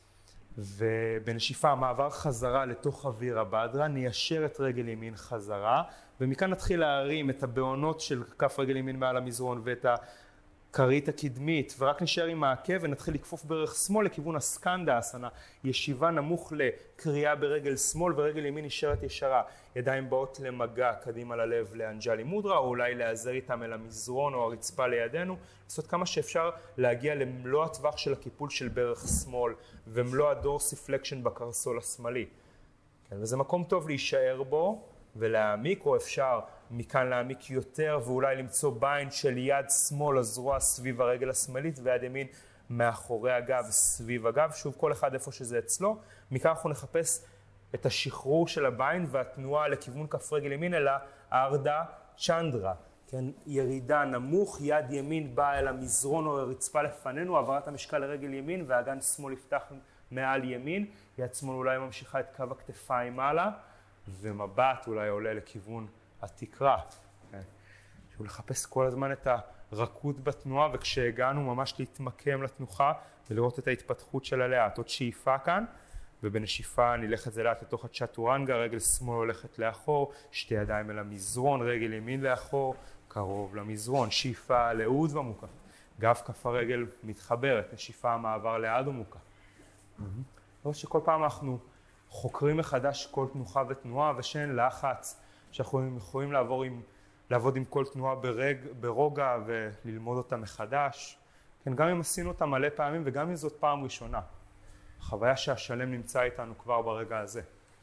ובנשיפה המעבר חזרה לתוך אווירה בדרה, ניישר את רגל ימין חזרה, ומכאן נתחיל להרים את הבעונות של כף רגל ימין מעל המזרון ואת הכרית הקדמית, ורק נשאר עם העקב ונתחיל לקפוף ברך שמאל לכיוון הסקנדה אסנה, ישיבה נמוך לקריאה ברגל שמאל ורגל ימין נשארת ישרה, ידיים באות למגע קדימה ללב לאנג'לי מודרה, או אולי להיעזר איתם אל המזרון או הרצפה לידינו, לעשות כמה שאפשר להגיע למלוא הטווח של הקיפול של ברך שמאל ומלוא הדורסיפלקשן בקרסול השמאלי. כן, וזה מקום טוב להישאר בו ולהעמיק, או אפשר מכאן להעמיק יותר ואולי למצוא ביינד של יד שמאל הזרוע סביב הרגל השמאלית ויד ימין מאחורי הגב סביב הגב, שוב כל אחד איפה שזה אצלו. מכאן אנחנו נחפש את השחרור של הביינד והתנועה לכיוון כף רגל ימין אל הארדה צ'נדרה, כן, ירידה נמוך, יד ימין באה אל המזרון או הרצפה לפנינו, העברת המשקל לרגל ימין והאגן שמאל יפתח מעל ימין, יד שמאל אולי ממשיכה את קו הכתפיים מעלה, ומבט אולי עולה לכיוון התקרה. כן. שוב לחפש כל הזמן את הרכות בתנועה, וכשהגענו ממש להתמקם לתנוחה ולראות את ההתפתחות של הלאט. עוד שאיפה כאן, ובנשיפה נלך את זה לאט לתוך הצ'טורנגה, רגל שמאל הולכת לאחור, שתי ידיים אל המזרון, רגל ימין לאחור, קרוב למזרון, שאיפה לאודווה מוקה, גב כף הרגל מתחברת, נשיפה מעבר לאדו מוקה. זאת שכל פעם אנחנו חוקרים מחדש כל תנוחה ותנועה ושאין לחץ, שאנחנו יכולים לעבור עם, לעבוד עם כל תנועה ברג, ברוגע וללמוד אותה מחדש. כן, גם אם עשינו אותה מלא פעמים וגם אם זאת פעם ראשונה. החוויה שהשלם נמצא איתנו כבר ברגע הזה.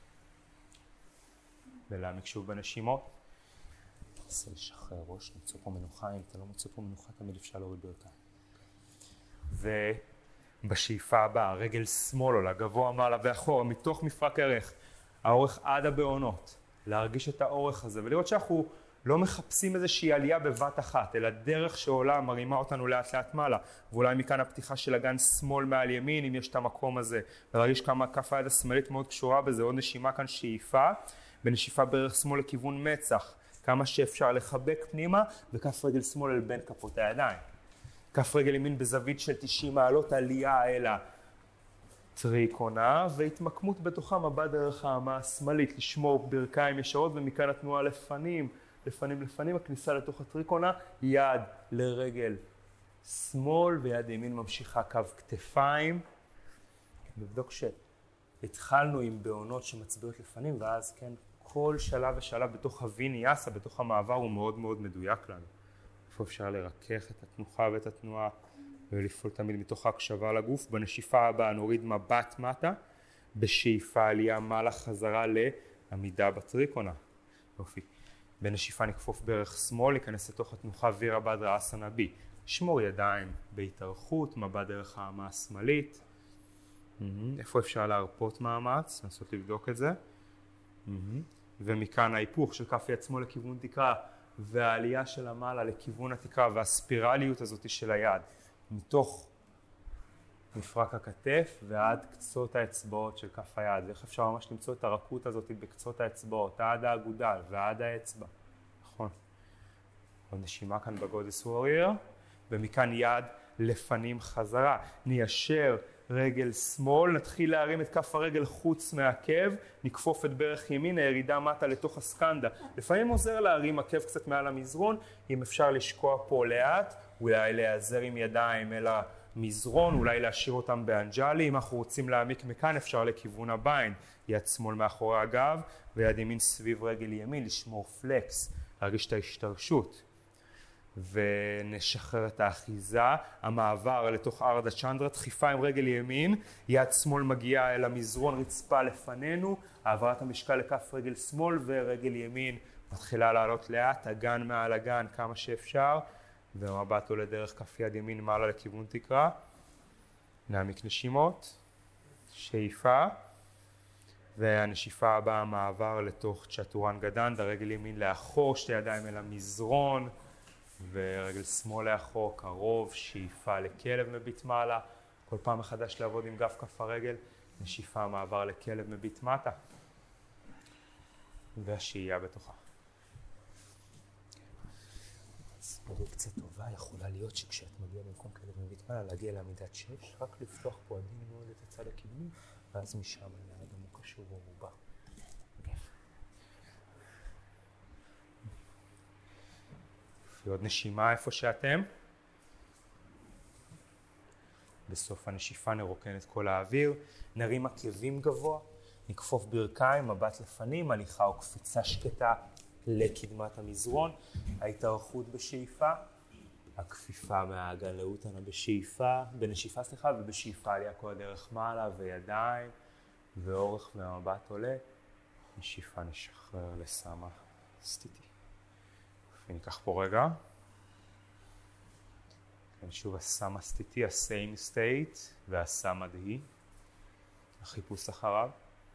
ולהעמיק שוב בנשימות. ננסה לשחרר ראש, נמצא פה מנוחה, אם אתה לא מוצא פה מנוחה תמיד אפשר להוריד ביותר. ובשאיפה הבאה, רגל שמאל עולה, גבוה מעלה ואחורה, מתוך מפרק ערך, האורך עד הבעונות, להרגיש את האורך הזה ולראות שאנחנו לא מחפשים איזושהי עלייה בבת אחת, אלא דרך שעולה מרימה אותנו לאט לאט מעלה, ואולי מכאן הפתיחה של אגן שמאל מעל ימין, אם יש את המקום הזה, ולהרגיש כמה כף היד השמאלית מאוד קשורה בזה, עוד נשימה כאן שאיפה, בנשיפה בערך שמאל לכיוון מצח, כמה שאפשר לחבק פנימה, וכף רגל שמאל אל בין כפות הידיים. כף רגל ימין בזווית של תשעים מעלות, עלייה אל הטריקונה, והתמקמות בתוכה מבט דרך האמה השמאלית, לשמור ברכיים ישרות, ומכאן התנועה לפנים, לפנים לפנים, הכניסה לתוך הטריקונה, יד לרגל שמאל, ויד ימין ממשיכה קו כתפיים. נבדוק שהתחלנו עם בעונות שמצביעות לפנים, ואז כן, כל שלב ושלב בתוך הוויניאסה, בתוך המעבר, הוא מאוד מאוד מדויק לנו. איפה אפשר לרכך את התנוחה ואת התנועה, ולפעול תמיד מתוך ההקשבה לגוף. בנשיפה הבאה נוריד מבט מטה, בשאיפה עלייה מעלה חזרה לעמידה בטריקונה. יופי. בנשיפה נקפוף ברך שמאל, להיכנס לתוך התנוחה וירה בדרה אסנה בי. שמור ידיים בהתארכות, מבט דרך האמה השמאלית. איפה אפשר להרפות מאמץ? לנסות לבדוק את זה. ומכאן ההיפוך של כף יד שמאל לכיוון תקרה, והעלייה של המעלה לכיוון התקרה, והספירליות הזאת של היד, מתוך מפרק הכתף ועד קצות האצבעות של כף היד. ואיך אפשר ממש למצוא את הרכות הזאת בקצות האצבעות, עד האגודל ועד האצבע. נכון. עוד נשימה כאן בגודס וורייר, ומכאן יד לפנים חזרה. ניישר רגל שמאל, נתחיל להרים את כף הרגל חוץ מהעקב, נקפוף את ברך ימין, הירידה מטה לתוך הסקנדה. לפעמים עוזר להרים עקב קצת מעל המזרון, אם אפשר לשקוע פה לאט, אולי להיעזר עם ידיים אל המזרון, אולי להשאיר אותם באנג'לי. אם אנחנו רוצים להעמיק מכאן, אפשר לכיוון הבין, יד שמאל מאחורי הגב, ויד ימין סביב רגל ימין, לשמור פלקס, להרגיש את ההשתרשות. ונשחרר את האחיזה, המעבר לתוך ארדה צ'נדרה, דחיפה עם רגל ימין, יד שמאל מגיעה אל המזרון, רצפה לפנינו, העברת המשקל לכף רגל שמאל ורגל ימין מתחילה לעלות לאט, אגן מעל אגן כמה שאפשר, ומבט עולה דרך כף יד ימין מעלה לכיוון תקרה. נעמיק נשימות, שאיפה, והנשיפה הבאה מעבר לתוך צ'טורנגה דנדה, רגל ימין לאחור, שתי ידיים אל המזרון, ורגל שמאל לאחור, קרוב, שאיפה לכלב מביט מעלה, כל פעם מחדש לעבוד עם גב כף הרגל, נשיפה מעבר לכלב מביט מטה, והשהייה בתוכה. אז מודל קצת טובה יכולה להיות שכשאת מגיעה במקום כלב מביט מעלה, להגיע לעמידת שש, רק לפתוח פה עדין מאוד את הצד הקדמי, ואז משם ליד עמוק קשור ורובה. עוד נשימה איפה שאתם. בסוף הנשיפה נרוקן את כל האוויר, נרים עקבים גבוה, נקפוף ברכיים, מבט לפנים, הליכה או קפיצה שקטה לקדמת המזרון, ההתארכות בשאיפה, הכפיפה מהאגן לאוטנה בשאיפה, בנשיפה סליחה, ובשאיפה עלייה כל הדרך מעלה וידיים ואורך והמבט עולה, נשיפה נשחרר לסמה סטיטי. וניקח פה רגע, שוב הסמה סטיטי, ה-same state והסמה דהי, החיפוש אחריו.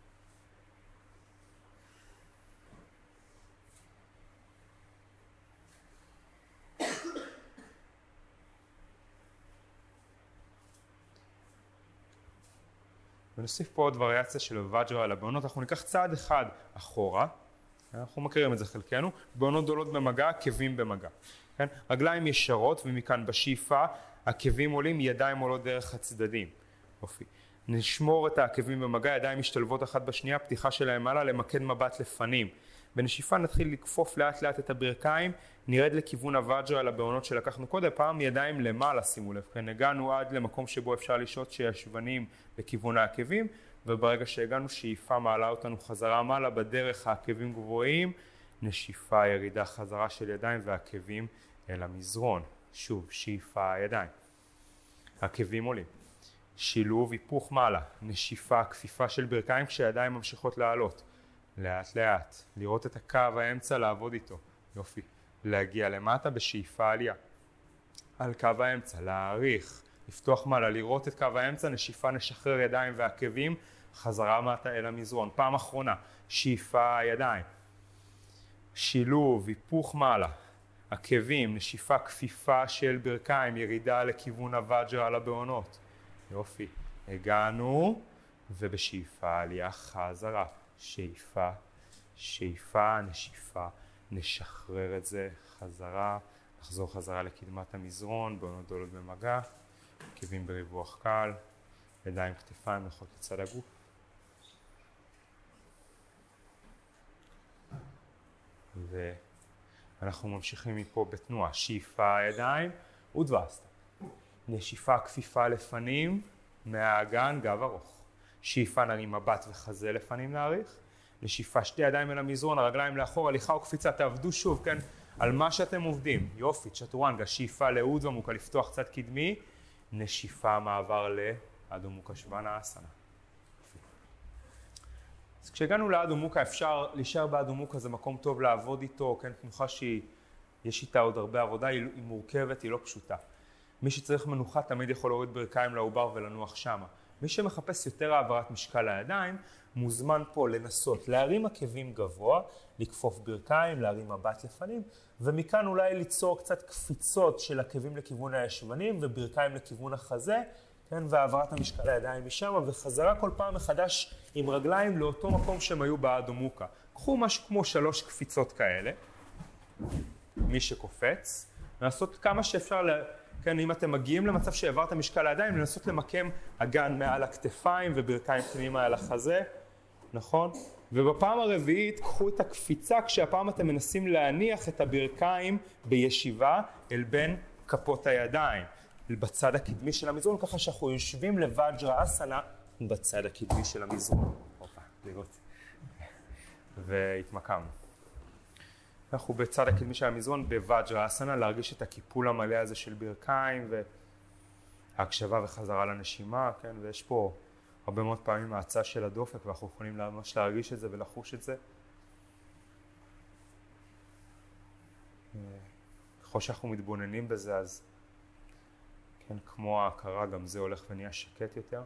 ונוסיף פה עוד וריאציה של וג'רה על הבעונות, אנחנו ניקח צעד אחד אחורה, אנחנו מכירים את זה חלקנו, בעונות גדולות במגע, עקבים במגע. כן? רגליים ישרות, ומכאן בשאיפה, עקבים עולים, ידיים עולות דרך הצדדים. אופי. נשמור את העקבים במגע, ידיים משתלבות אחת בשנייה, פתיחה שלהם מעלה, למקד מבט לפנים. בנשיפה נתחיל לכפוף לאט לאט את הברכיים, נרד לכיוון הוואג'רה לבעונות שלקחנו קודם, פעם ידיים למעלה, שימו לב, כן, הגענו עד למקום שבו אפשר לשהות שישבנים לכיוון העקבים, וברגע שהגענו שאיפה מעלה אותנו חזרה מעלה, בדרך העקבים גבוהים, נשיפה ירידה חזרה של ידיים והעקבים אל המזרון. שוב, שאיפה ידיים. עקבים עולים. שילוב היפוך מעלה, נשיפה, כפיפה של ברכיים כשהידיים ממשיכות לעלות. לאט לאט, לראות את הקו האמצע, לעבוד איתו. יופי. להגיע למטה בשאיפה עלייה. על קו האמצע, להאריך, לפתוח מעלה, לראות את קו האמצע, נשיפה, נשחרר ידיים ועקבים, חזרה מטה אל המזרון. פעם אחרונה, שאיפה ידיים. שילוב, היפוך מעלה. עקבים, נשיפה, כפיפה של ברכיים, ירידה לכיוון הוואג'רה על הבעונות. יופי. הגענו, ובשאיפה עלייה חזרה. שאיפה, שאיפה, נשיפה, נשחרר את זה, חזרה, נחזור חזרה לקדמת המזרון, בעונות גדולות במגע, עקבים בריווח קל, ידיים כתפיים לכל לצד הגוף. ואנחנו ממשיכים מפה בתנועה, שאיפה ידיים ודבסטה. נשיפה כפיפה לפנים, מהאגן גב ארוך. שאיפה נרים מבט וחזה לפנים להאריך. נשיפה שתי ידיים אל המזרון, הרגליים לאחור, הליכה וקפיצה, תעבדו שוב, כן, על מה שאתם עובדים. יופי, צ'טורנגה, שאיפה לאודווה מוקה, לפתוח צד קדמי, נשיפה מעבר לאדו מוקה שוואנה אסנה. אז כשהגענו לאדו מוקה, אפשר להישאר באדו מוקה, זה מקום טוב לעבוד איתו, כן, תנוחה שהיא, יש איתה עוד הרבה עבודה, היא, היא מורכבת, היא לא פשוטה. מי שצריך מנוחה תמיד יכול להוריד ברכיים לעובר ולנוח שמה. מי שמחפש יותר העברת משקל לידיים, מוזמן פה לנסות להרים עקבים גבוה, לכפוף ברכיים, להרים מבט לפנים, ומכאן אולי ליצור קצת קפיצות של עקבים לכיוון הישבנים וברכיים לכיוון החזה, כן, והעברת המשקל לידיים משם, וחזרה כל פעם מחדש עם רגליים לאותו מקום שהם היו באדו מוקה. קחו משהו כמו שלוש קפיצות כאלה, מי שקופץ, לעשות כמה שאפשר, לה... כן, אם אתם מגיעים למצב שהעברת משקל לידיים, לנסות למקם אגן מעל הכתפיים וברכיים פנימה על החזה, נכון? ובפעם הרביעית קחו את הקפיצה כשהפעם אתם מנסים להניח את הברכיים בישיבה אל בין כפות הידיים, בצד הקדמי של המזרון, ככה שאנחנו יושבים לוואג'רה אסנה בצד הקדמי של המזרון. אופה, לראות. והתמקמנו. אנחנו בצד הקדמי של המזרון בוואג'רה אסנה, להרגיש את הקיפול המלא הזה של ברכיים וההקשבה וחזרה לנשימה, כן? ויש פה הרבה מאוד פעמים ההצעה של הדופק ואנחנו יכולים ממש להרגיש את זה ולחוש את זה. ככל שאנחנו מתבוננים בזה, אז כן, כמו ההכרה, גם זה הולך ונהיה שקט יותר.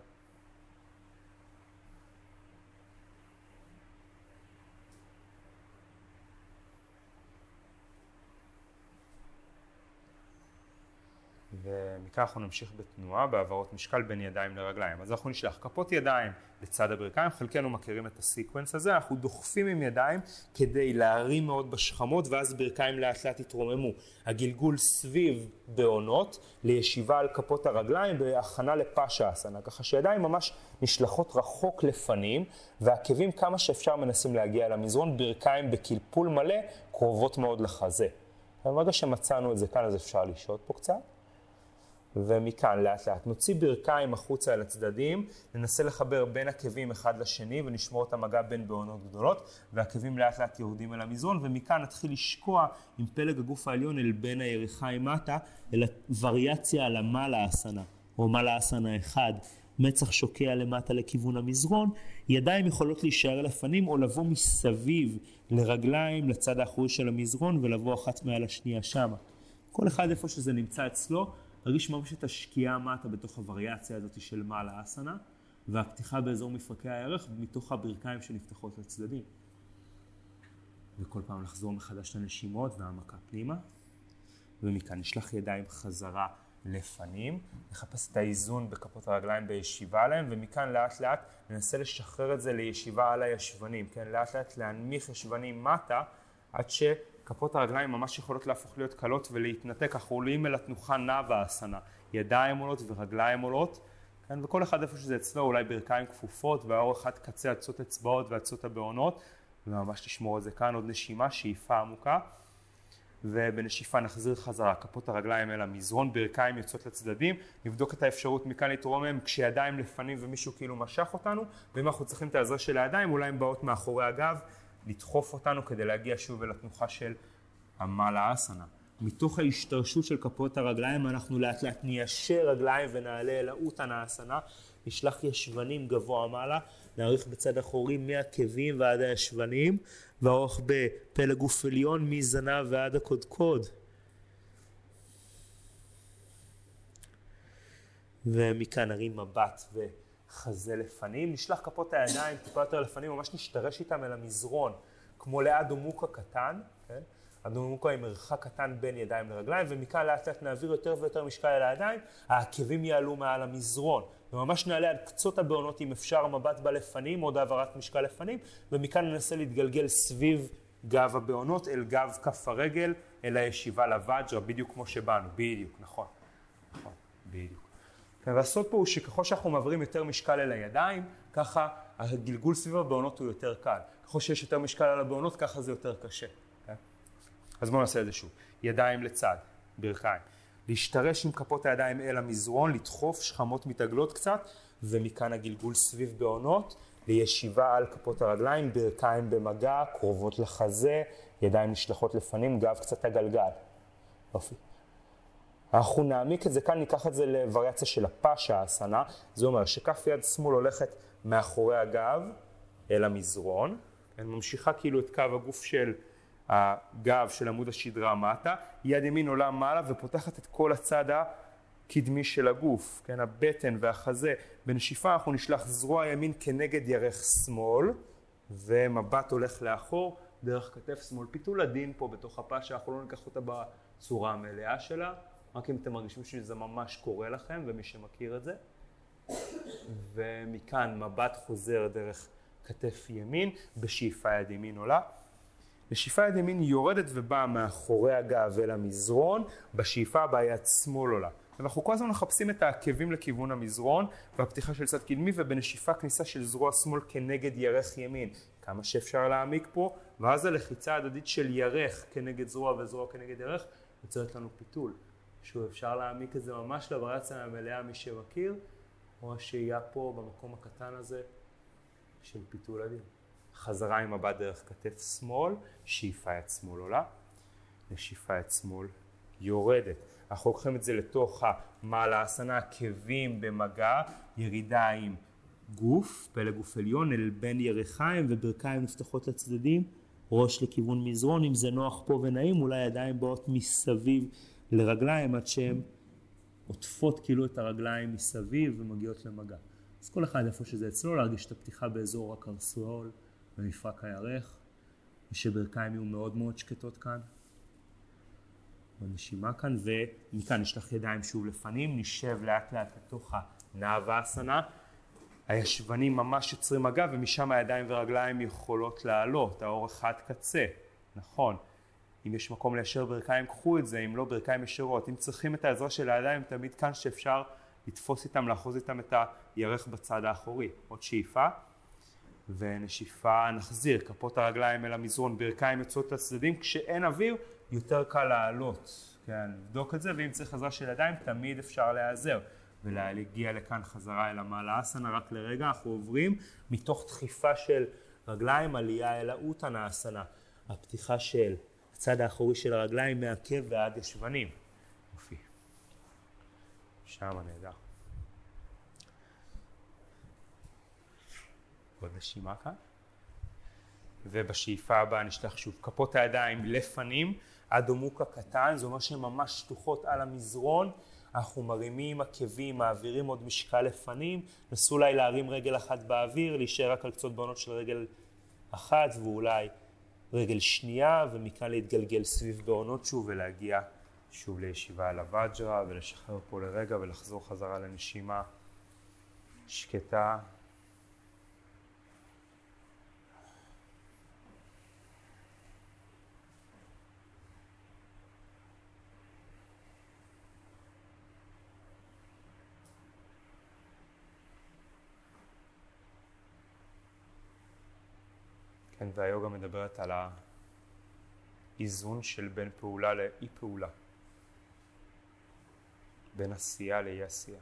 ומכאן אנחנו נמשיך בתנועה בעברות משקל בין ידיים לרגליים. אז אנחנו נשלח כפות ידיים לצד הברכיים, חלקנו מכירים את הסיקוונס הזה, אנחנו דוחפים עם ידיים כדי להרים מאוד בשכמות, ואז ברכיים לאט לאט יתרוממו. הגלגול סביב בעונות לישיבה על כפות הרגליים בהכנה לפאשה אסנה, ככה שידיים ממש נשלחות רחוק לפנים, והעקבים כמה שאפשר מנסים להגיע למזרון, ברכיים בקלפול מלא קרובות מאוד לחזה. ברגע שמצאנו את זה כאן, אז אפשר לשהות פה קצת. ומכאן לאט לאט נוציא ברכיים החוצה אל הצדדים, ננסה לחבר בין עקבים אחד לשני ונשמור את המגע בין בעונות גדולות, והעקבים לאט לאט יורדים אל המזרון, ומכאן נתחיל לשקוע עם פלג הגוף העליון אל בין הירכיים מטה, אל הווריאציה על המעלה אסנה, או מעלה אסנה אחד, מצח שוקע למטה לכיוון המזרון, ידיים יכולות להישאר לפנים או לבוא מסביב לרגליים לצד האחורי של המזרון ולבוא אחת מעל השנייה שמה. כל אחד איפה שזה נמצא אצלו, הרגיש ממש את השקיעה מטה בתוך הווריאציה הזאת של מעלה אסנה, והפתיחה באזור מפרקי הערך מתוך הברכיים שנפתחות לצדדים. וכל פעם לחזור מחדש לנשימות והעמקה פנימה. ומכאן נשלח ידיים חזרה לפנים, נחפש את האיזון בכפות הרגליים בישיבה עליהם, ומכאן לאט לאט ננסה לשחרר את זה לישיבה על הישבנים, כן? לאט לאט להנמיך ישבנים מטה, עד ש... כפות הרגליים ממש יכולות להפוך להיות קלות ולהתנתק, אנחנו עולים אל התנוחה נאווה אסנה, ידיים עולות ורגליים עולות, כן? וכל אחד איפה שזה אצלו, אולי ברכיים כפופות, והאורך עד קצה עצות אצבעות ועצות הבעונות, וממש לשמור את זה כאן, עוד נשימה, שאיפה עמוקה, ובנשיפה נחזיר חזרה, כפות הרגליים אל המזרון, ברכיים יוצאות לצדדים, נבדוק את האפשרות מכאן להתרומם כשידיים לפנים ומישהו כאילו משך אותנו, ואם אנחנו צריכים את העזרה של הידיים, אולי הן באות מאחורי הגב, לדחוף אותנו כדי להגיע שוב אל התנוחה של המעלה אסנה. מתוך ההשתרשות של כפות הרגליים אנחנו לאט לאט ניישר רגליים ונעלה אל האוטנה אסנה, נשלח ישבנים גבוה מעלה, נעריך בצד אחורי מהעקבים ועד הישבנים, והאורך בפלג גוף עליון מזנב ועד הקודקוד. ומכאן נרים מבט וחזה לפנים, נשלח כפות הידיים טיפה יותר לפנים, ממש נשתרש איתם אל המזרון, כמו לאדו מוקה קטן, כן? אדו מוקה עם מרחק קטן בין ידיים לרגליים, ומכאן לאט לאט נעביר יותר ויותר משקל אל הידיים, העקבים יעלו מעל המזרון, וממש נעלה על קצות הבעונות אם אפשר מבט בלפנים, עוד העברת משקל לפנים, ומכאן ננסה להתגלגל סביב גב הבעונות, אל גב כף הרגל, אל הישיבה לוואג'רה, בדיוק כמו שבאנו, בדיוק, נכון, נכון, בדיוק. והסוד פה הוא שככל שאנחנו מעבירים יותר משקל אל הידיים, ככה הגלגול סביב הבעונות הוא יותר קל. ככל שיש יותר משקל על הבעונות, ככה זה יותר קשה. Okay? אז בואו נעשה את זה שוב. ידיים לצד, ברכיים. להשתרש עם כפות הידיים אל המזרון, לדחוף שכמות מתעגלות קצת, ומכאן הגלגול סביב בעונות, לישיבה על כפות הרגליים, ברכיים במגע, קרובות לחזה, ידיים נשלחות לפנים, גב קצת הגלגל. יופי. אנחנו נעמיק את זה כאן, ניקח את זה לווריאציה של הפאשה אסנה, זה אומר שכף יד שמאל הולכת מאחורי הגב אל המזרון, ממשיכה כאילו את קו הגוף של הגב של עמוד השדרה מטה, יד ימין עולה מעלה ופותחת את כל הצד הקדמי של הגוף, כן, הבטן והחזה. בנשיפה אנחנו נשלח זרוע ימין כנגד ירך שמאל, ומבט הולך לאחור דרך כתף שמאל. פיתול הדין פה בתוך הפאשה, אנחנו לא ניקח אותה בצורה המלאה שלה, רק אם אתם מרגישים שזה ממש קורה לכם, ומי שמכיר את זה. ומכאן מבט חוזר דרך כתף ימין, בשאיפה יד ימין עולה. בשאיפה יד ימין יורדת ובאה מאחורי הגב אל המזרון, בשאיפה הבאה יד שמאל עולה. ואנחנו כל הזמן מחפשים את העקבים לכיוון המזרון, והפתיחה של צד קדמי, ובנשיפה כניסה של זרוע שמאל כנגד ירך ימין. כמה שאפשר להעמיק פה, ואז הלחיצה הדדית של ירך כנגד זרוע וזרוע כנגד ירך, יוצרת לנו פיתול. שוב, אפשר להעמיק את זה ממש לווריאציה המלאה מי שמכיר, או השהייה פה במקום הקטן הזה של פיתול הדין. חזרה עם מבט דרך כתף שמאל, שאיפה יד שמאל עולה, נשיפה יד שמאל יורדת. אנחנו לוקחים את זה לתוך המעלה אסנה, עקבים במגע, ירידה עם גוף, פלג גוף עליון, אל בין ירכיים וברכיים נפתחות לצדדים, ראש לכיוון מזרון, אם זה נוח פה ונעים, אולי ידיים באות מסביב לרגליים עד שהן עוטפות כאילו את הרגליים מסביב ומגיעות למגע. אז כל אחד איפה שזה אצלו, להרגיש את הפתיחה באזור הקרסול ומפרק הירך, ושברכיים יהיו מאוד מאוד שקטות כאן. בנשימה כאן, ומכאן נשלח ידיים שוב לפנים, נשב לאט לאט לתוך הנאווה אסנה. הישבנים ממש יוצרים מגע, ומשם הידיים ורגליים יכולות לעלות, האורך עד קצה, נכון. אם יש מקום ליישר ברכיים, קחו את זה, אם לא ברכיים ישרות. אם צריכים את העזרה של הידיים, תמיד כאן שאפשר לתפוס איתם, לאחוז איתם את הירך בצד האחורי. עוד שאיפה, ונשיפה נחזיר, כפות הרגליים אל המזרון, ברכיים יוצאות לצדדים, כשאין אוויר, יותר קל לעלות. כן, נבדוק את זה, ואם צריך עזרה של ידיים, תמיד אפשר להיעזר. ולהגיע לכאן חזרה אל המעלה אסנה, רק לרגע אנחנו עוברים מתוך דחיפה של רגליים, עלייה אל האוטנה אסנה. הפתיחה של הצד האחורי של הרגליים מעקב ועד ישבנים. יופי. שם נהדר. עוד נשימה כאן. ובשאיפה הבאה נשלח שוב כפות הידיים לפנים, אדו מוקה קטן, זה אומר שהן ממש שטוחות על המזרון. אנחנו מרימים עקבים, מעבירים עוד משקל לפנים, נסו אולי להרים רגל אחת באוויר, להישאר רק על קצות בעונות של רגל אחת ואולי רגל שנייה, ומכאן להתגלגל סביב בעונות שוב ולהגיע שוב לישיבה על הוואג'רה ולשחרר פה לרגע ולחזור חזרה לנשימה שקטה. כן, והיוגה מדברת על האיזון של בין פעולה לאי פעולה. בין עשייה לאי עשייה.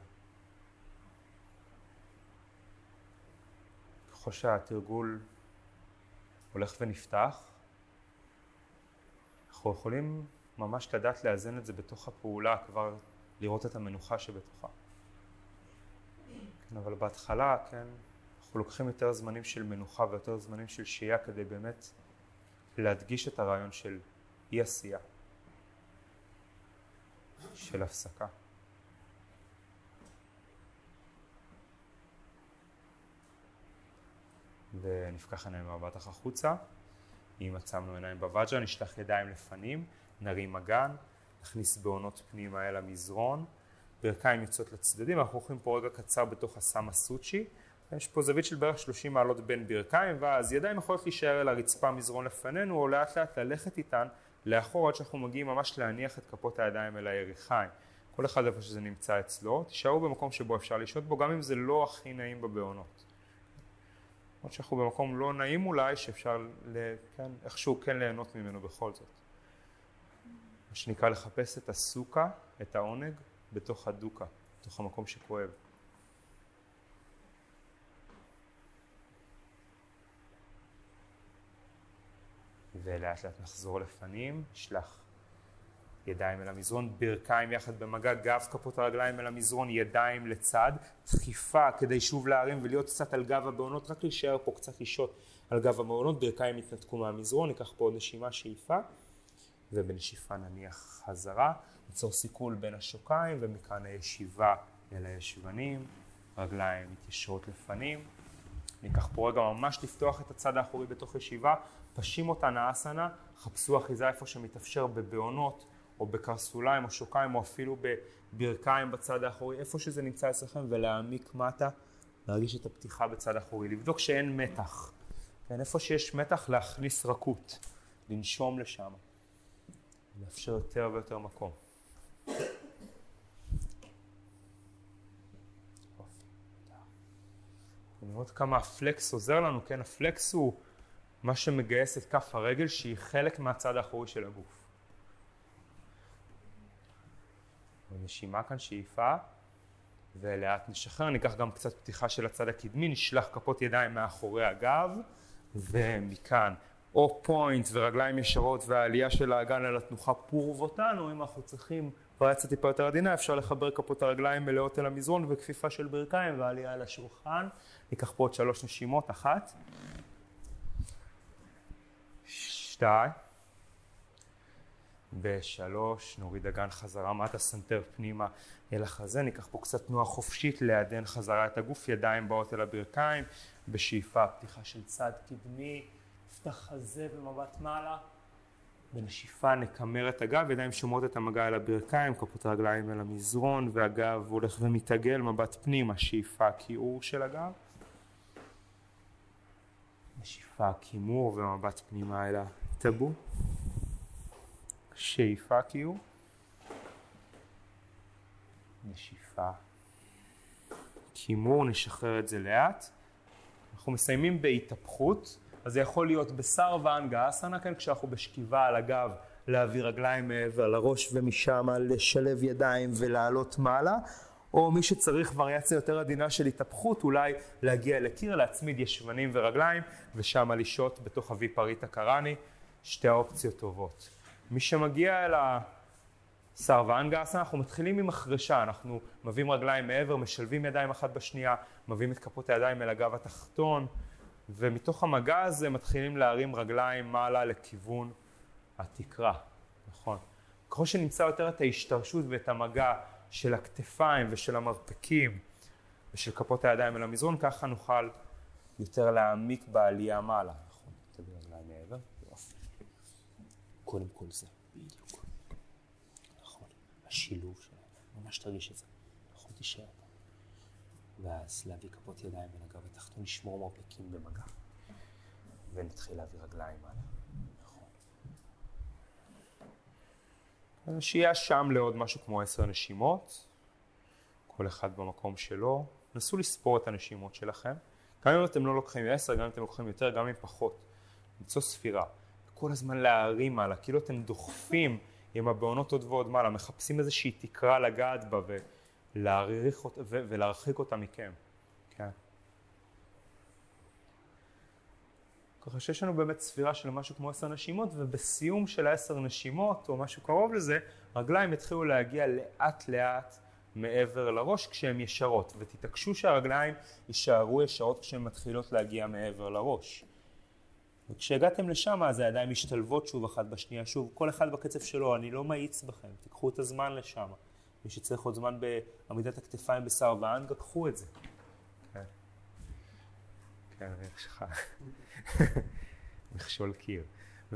ככל שהתרגול הולך ונפתח, אנחנו יכולים ממש לדעת לאזן את זה בתוך הפעולה, כבר לראות את המנוחה שבתוכה. כן, אבל בהתחלה, כן, אנחנו לוקחים יותר זמנים של מנוחה ויותר זמנים של שהייה כדי באמת להדגיש את הרעיון של אי עשייה, של הפסקה. ונפקח עיניים במבט החוצה. אם עצמנו עיניים בוואג'ה, נשלח ידיים לפנים, נרים אגן, נכניס בעונות פנימה אל המזרון, ברכיים יוצאות לצדדים. אנחנו הולכים פה רגע קצר בתוך הסאמה סוצ'י. יש פה זווית של בערך שלושים מעלות בין ברכיים, ואז ידיים יכולות להישאר על הרצפה מזרון לפנינו, או לאט לאט ללכת איתן לאחור עד שאנחנו מגיעים ממש להניח את כפות הידיים אל הירכיים. כל אחד איפה שזה נמצא אצלו, תישארו במקום שבו אפשר לשהות בו, גם אם זה לא הכי נעים בבעונות. עוד שאנחנו במקום לא נעים אולי, שאפשר כן, איכשהו כן ליהנות ממנו בכל זאת. מה שנקרא לחפש את הסוכה, את העונג, בתוך הדוקה, בתוך המקום שכואב. ולאט לאט נחזור לפנים, נשלח ידיים אל המזרון, ברכיים יחד במגע, גב כפות הרגליים אל המזרון, ידיים לצד, דחיפה כדי שוב להרים ולהיות קצת על גב הבעונות, רק להישאר פה קצת לישות על גב הבעונות, ברכיים יתנתקו מהמזרון, ניקח פה עוד נשימה שאיפה, ובנשיפה נניח חזרה, ניצור סיכול בין השוקיים, ומכאן הישיבה אל הישבנים, רגליים מתיישרות לפנים, ניקח פה רגע ממש לפתוח את הצד האחורי בתוך ישיבה, פשים אותה נאסנה, חפשו אחיזה איפה שמתאפשר בבעונות, או בקרסוליים או שוקיים או אפילו בברכיים בצד האחורי, איפה שזה נמצא אצלכם, ולהעמיק מטה, להרגיש את הפתיחה בצד האחורי, לבדוק שאין מתח. כן, איפה שיש מתח להכניס רכות, לנשום לשם, לאפשר יותר ויותר מקום. לראות כמה הפלקס עוזר לנו, כן, הפלקס הוא מה שמגייס את כף הרגל שהיא חלק מהצד האחורי של הגוף. נשימה כאן שאיפה, ולאט נשחרר, ניקח גם קצת פתיחה של הצד הקדמי, נשלח כפות ידיים מאחורי הגב, ומכאן או פוינט ורגליים ישרות והעלייה של האגן על התנוחה פורבותן, או אם אנחנו צריכים וריאציה טיפה יותר עדינה, אפשר לחבר כפות הרגליים מלאות אל המזרון וכפיפה של ברכיים והעלייה על השולחן. ניקח פה עוד שלוש נשימות, אחת, שתיים, בשלוש, נוריד אגן חזרה מטה, סנטר פנימה אל החזה, ניקח פה קצת תנועה חופשית, לעדן חזרה את הגוף, ידיים באות אל הברכיים, בשאיפה פתיחה של צד קדמי, נפתח חזה במבט מעלה, בנשיפה נקמר את הגב, ידיים שומרות את המגע אל הברכיים, כפות הרגליים אל המזרון, והגב הולך ומתעגל, מבט פנימה, שאיפה כיעור של הגב, נשיפה כימור ומבט פנימה אל הטבו, שאיפה כיעור, נשיפה כימור, נשחרר את זה לאט. אנחנו מסיימים בהתהפכות, אז זה יכול להיות בסרבאנגה אסנה, כן, כשאנחנו בשכיבה על הגב, להעביר רגליים מעבר לראש ומשם לשלב ידיים ולעלות מעלה, או מי שצריך וריאציה יותר עדינה של התהפכות, אולי להגיע לקיר, להצמיד ישבנים ורגליים, ושם לשהות בתוך הוויפריטה קראני, שתי האופציות טובות. מי שמגיע אל הסרבאנגה אסנה, אנחנו מתחילים עם החרשה, אנחנו מביאים רגליים מעבר, משלבים ידיים אחת בשנייה, מביאים את כפות הידיים אל הגב התחתון, ומתוך המגע הזה מתחילים להרים רגליים מעלה לכיוון התקרה, נכון? ככל שנמצא יותר את ההשתרשות ואת המגע של הכתפיים ושל המרפקים ושל כפות הידיים אל המזרון, ככה נוכל יותר להעמיק בעלייה מעלה, נכון? תביא רגליים מעבר, יופי. קודם כל זה, בדיוק. נכון, השילוב שלהם, ממש תרגיש את זה, נכון, תישאר פה. ואז להביא כפות ידיים אל הגב התחתון, לשמור מרפקים במגע. ונתחיל להביא רגליים מעלה. נכון. שיהיה שם לעוד משהו כמו עשר נשימות. כל אחד במקום שלו. נסו לספור את הנשימות שלכם. גם אם אתם לא לוקחים עשר, גם אם אתם לוקחים יותר, גם אם פחות. למצוא ספירה, כל הזמן להרים מעלה, כאילו אתם דוחפים עם הבעונות עוד ועוד מעלה, מחפשים איזושהי תקרה לגעת בה ולהעריך אותה, ולהרחיק אותה מכם. כן. ככה שיש לנו באמת ספירה של משהו כמו עשר נשימות, ובסיום של העשר נשימות, או משהו קרוב לזה, רגליים יתחילו להגיע לאט לאט מעבר לראש כשהן ישרות, ותתעקשו שהרגליים יישארו ישרות כשהן מתחילות להגיע מעבר לראש. וכשהגעתם לשם, אז הידיים משתלבות שוב אחת בשנייה, שוב, כל אחד בקצב שלו, אני לא מאיץ בכם, תיקחו את הזמן לשם. מי שצריך עוד זמן בעמידת הכתפיים בסרבאנגה, קחו את זה. כן. כן, יש לך מכשול קיר.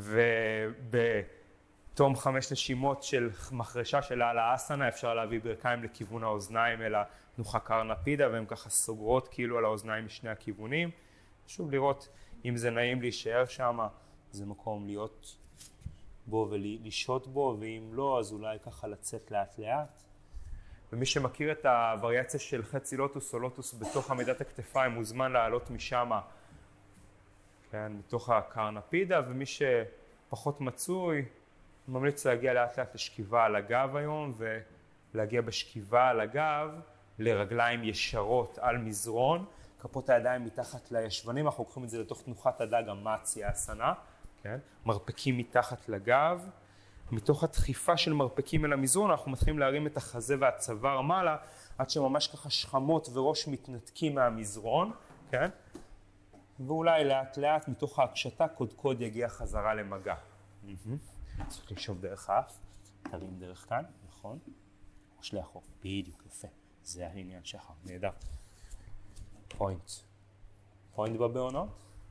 ובתום חמש נשימות של מחרשה של העלה אסנה, אפשר להביא ברכיים לכיוון האוזניים אל התנוחה קרנפידה, והן ככה סוגרות כאילו על האוזניים משני הכיוונים. שוב לראות אם זה נעים להישאר שם, זה מקום להיות בו ולשהות בו, ואם לא, אז אולי ככה לצאת לאט לאט. ומי שמכיר את הווריאציה של חצי לוטוס או לוטוס בתוך עמידת הכתפיים, מוזמן לעלות משם, כן, בתוך הקרנפידה, ומי שפחות מצוי, ממליץ להגיע לאט לאט לשכיבה על הגב היום, ולהגיע בשכיבה על הגב לרגליים ישרות על מזרון, כפות הידיים מתחת לישבנים, אנחנו לוקחים את זה לתוך תנוחת הדג המציה אסנה, כן? מרפקים מתחת לגב, מתוך הדחיפה של מרפקים אל המזרון, אנחנו מתחילים להרים את החזה והצוואר מעלה, עד שממש ככה שכמות וראש מתנתקים מהמזרון, כן? ואולי לאט לאט מתוך ההקשתה קודקוד יגיע חזרה למגע. צריך לשאוב דרך האף, תרים דרך כאן, נכון? ראש לאחור, בדיוק, יפה. זה העניין שחר, נהדר. פוינט. פוינט בבעונות.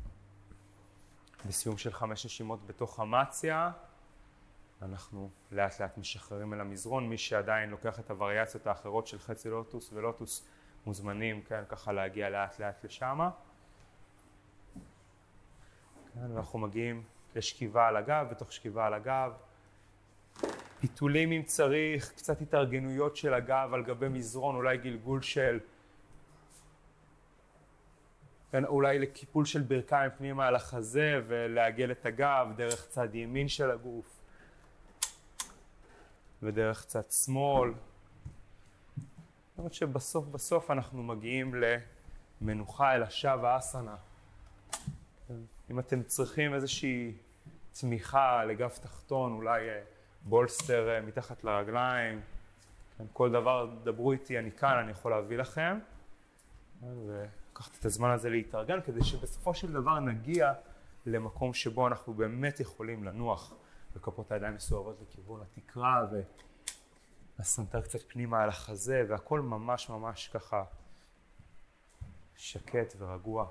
בסיום של חמש נשימות בתוך המציה, אנחנו לאט לאט משחררים אל המזרון. מי שעדיין לוקח את הווריאציות האחרות של חצי לוטוס ולוטוס, מוזמנים, כן, ככה להגיע לאט לאט לשם. כן, ואנחנו מגיעים לשכיבה על הגב, בתוך שכיבה על הגב. פיתולים אם צריך, קצת התארגנויות של הגב על גבי מזרון, אולי גלגול של אולי לקיפול של ברכיים פנימה על החזה ולעגל את הגב דרך צד ימין של הגוף ודרך צד שמאל. זאת אומרת שבסוף בסוף אנחנו מגיעים למנוחה אל השווה אסנה. אם אתם צריכים איזושהי תמיכה לגב תחתון, אולי בולסטר מתחת לרגליים, כל דבר דברו איתי, אני כאן, אני יכול להביא לכם. ולקחת את הזמן הזה להתארגן, כדי שבסופו של דבר נגיע למקום שבו אנחנו באמת יכולים לנוח, וכפות הידיים מסובבות לכיוון התקרה, והסנטר קצת פנימה על החזה, והכל ממש ממש ככה שקט ורגוע.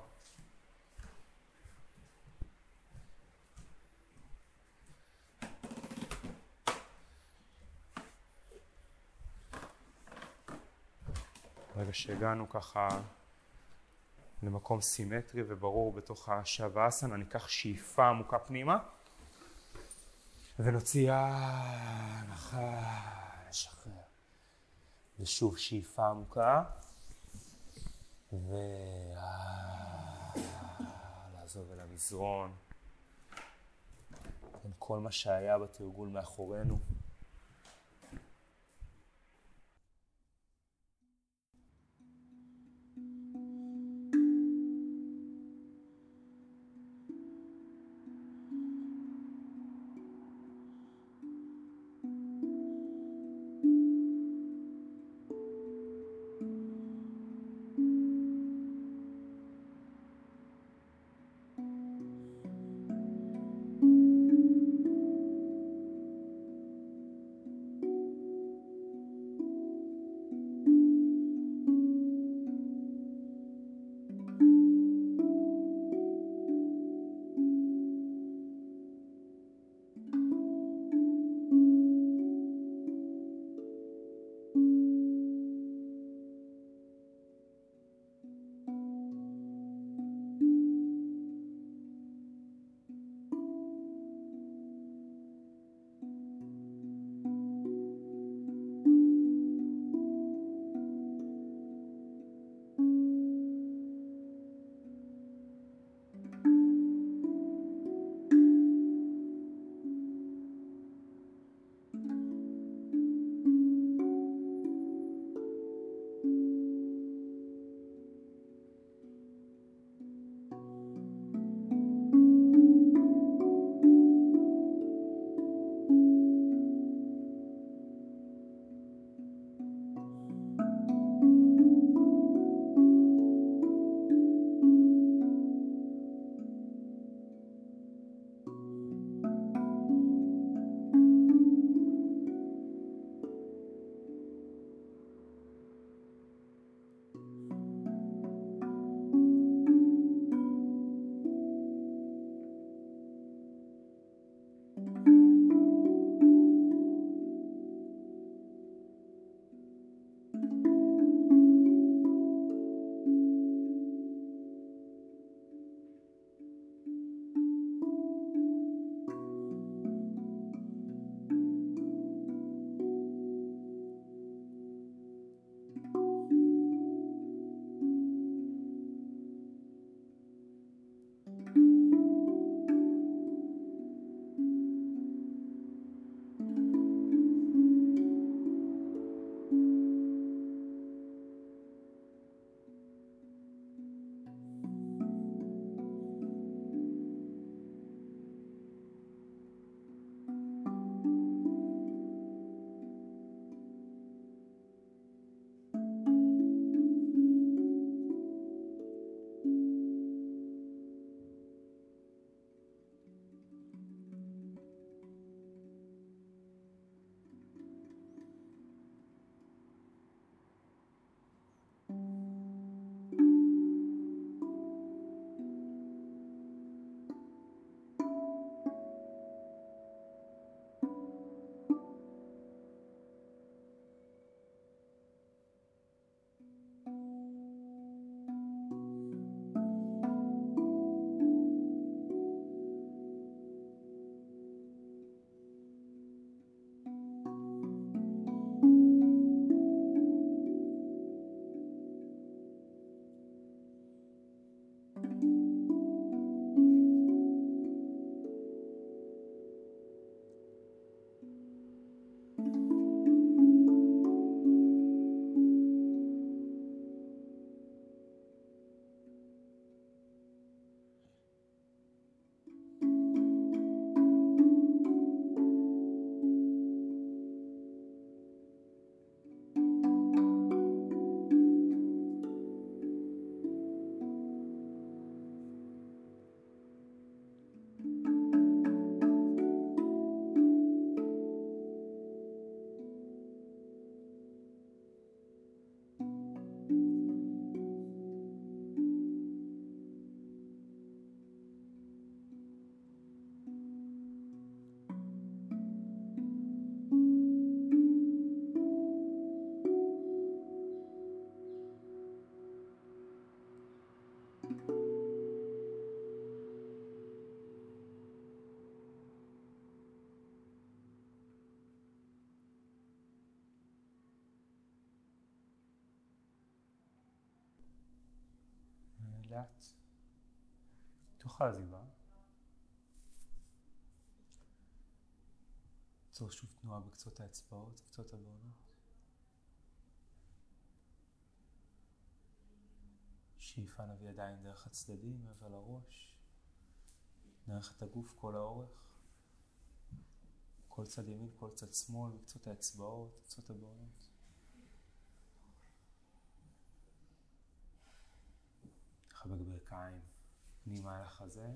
ברגע שהגענו ככה למקום סימטרי וברור בתוך השווה אסנה, אני אקח שאיפה עמוקה פנימה ונוציא הנחה, נשחרר. ושוב שאיפה עמוקה ולעזוב אל המזרון. כל מה שהיה בתרגול מאחורינו. לאט. תוך העזיבה. צור שוב תנועה בקצות האצבעות, קצות הבעונות. שאיפה נביא ידיים דרך הצדדים, מעבר לראש. נערך את הגוף כל האורך. כל צד ימין, כל צד שמאל, בקצות האצבעות, קצות הבעונות. חבק ברכיים, פנימה על החזה.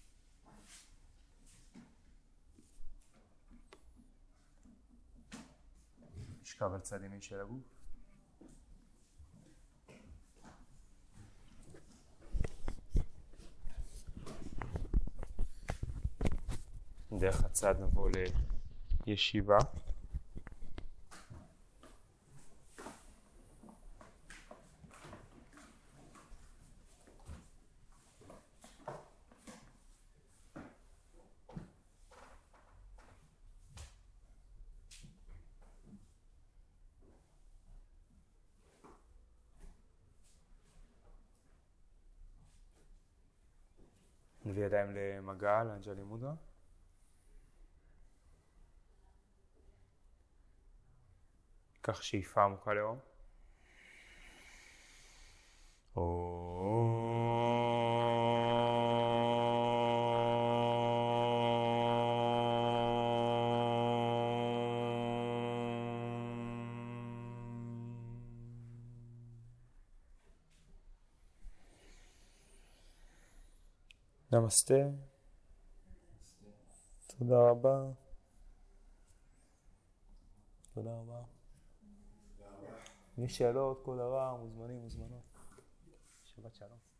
נשכב על צד ימין של הגוף. דרך הצד נבוא לישיבה. נביא ידיים למגע, לאנג'לי מודרה. קח שאיפה עמוקה לאור. נמסטה. תודה רבה. תודה רבה. אם יש שאלות, כל דבר, מוזמנים, מוזמנות. שבת שלום.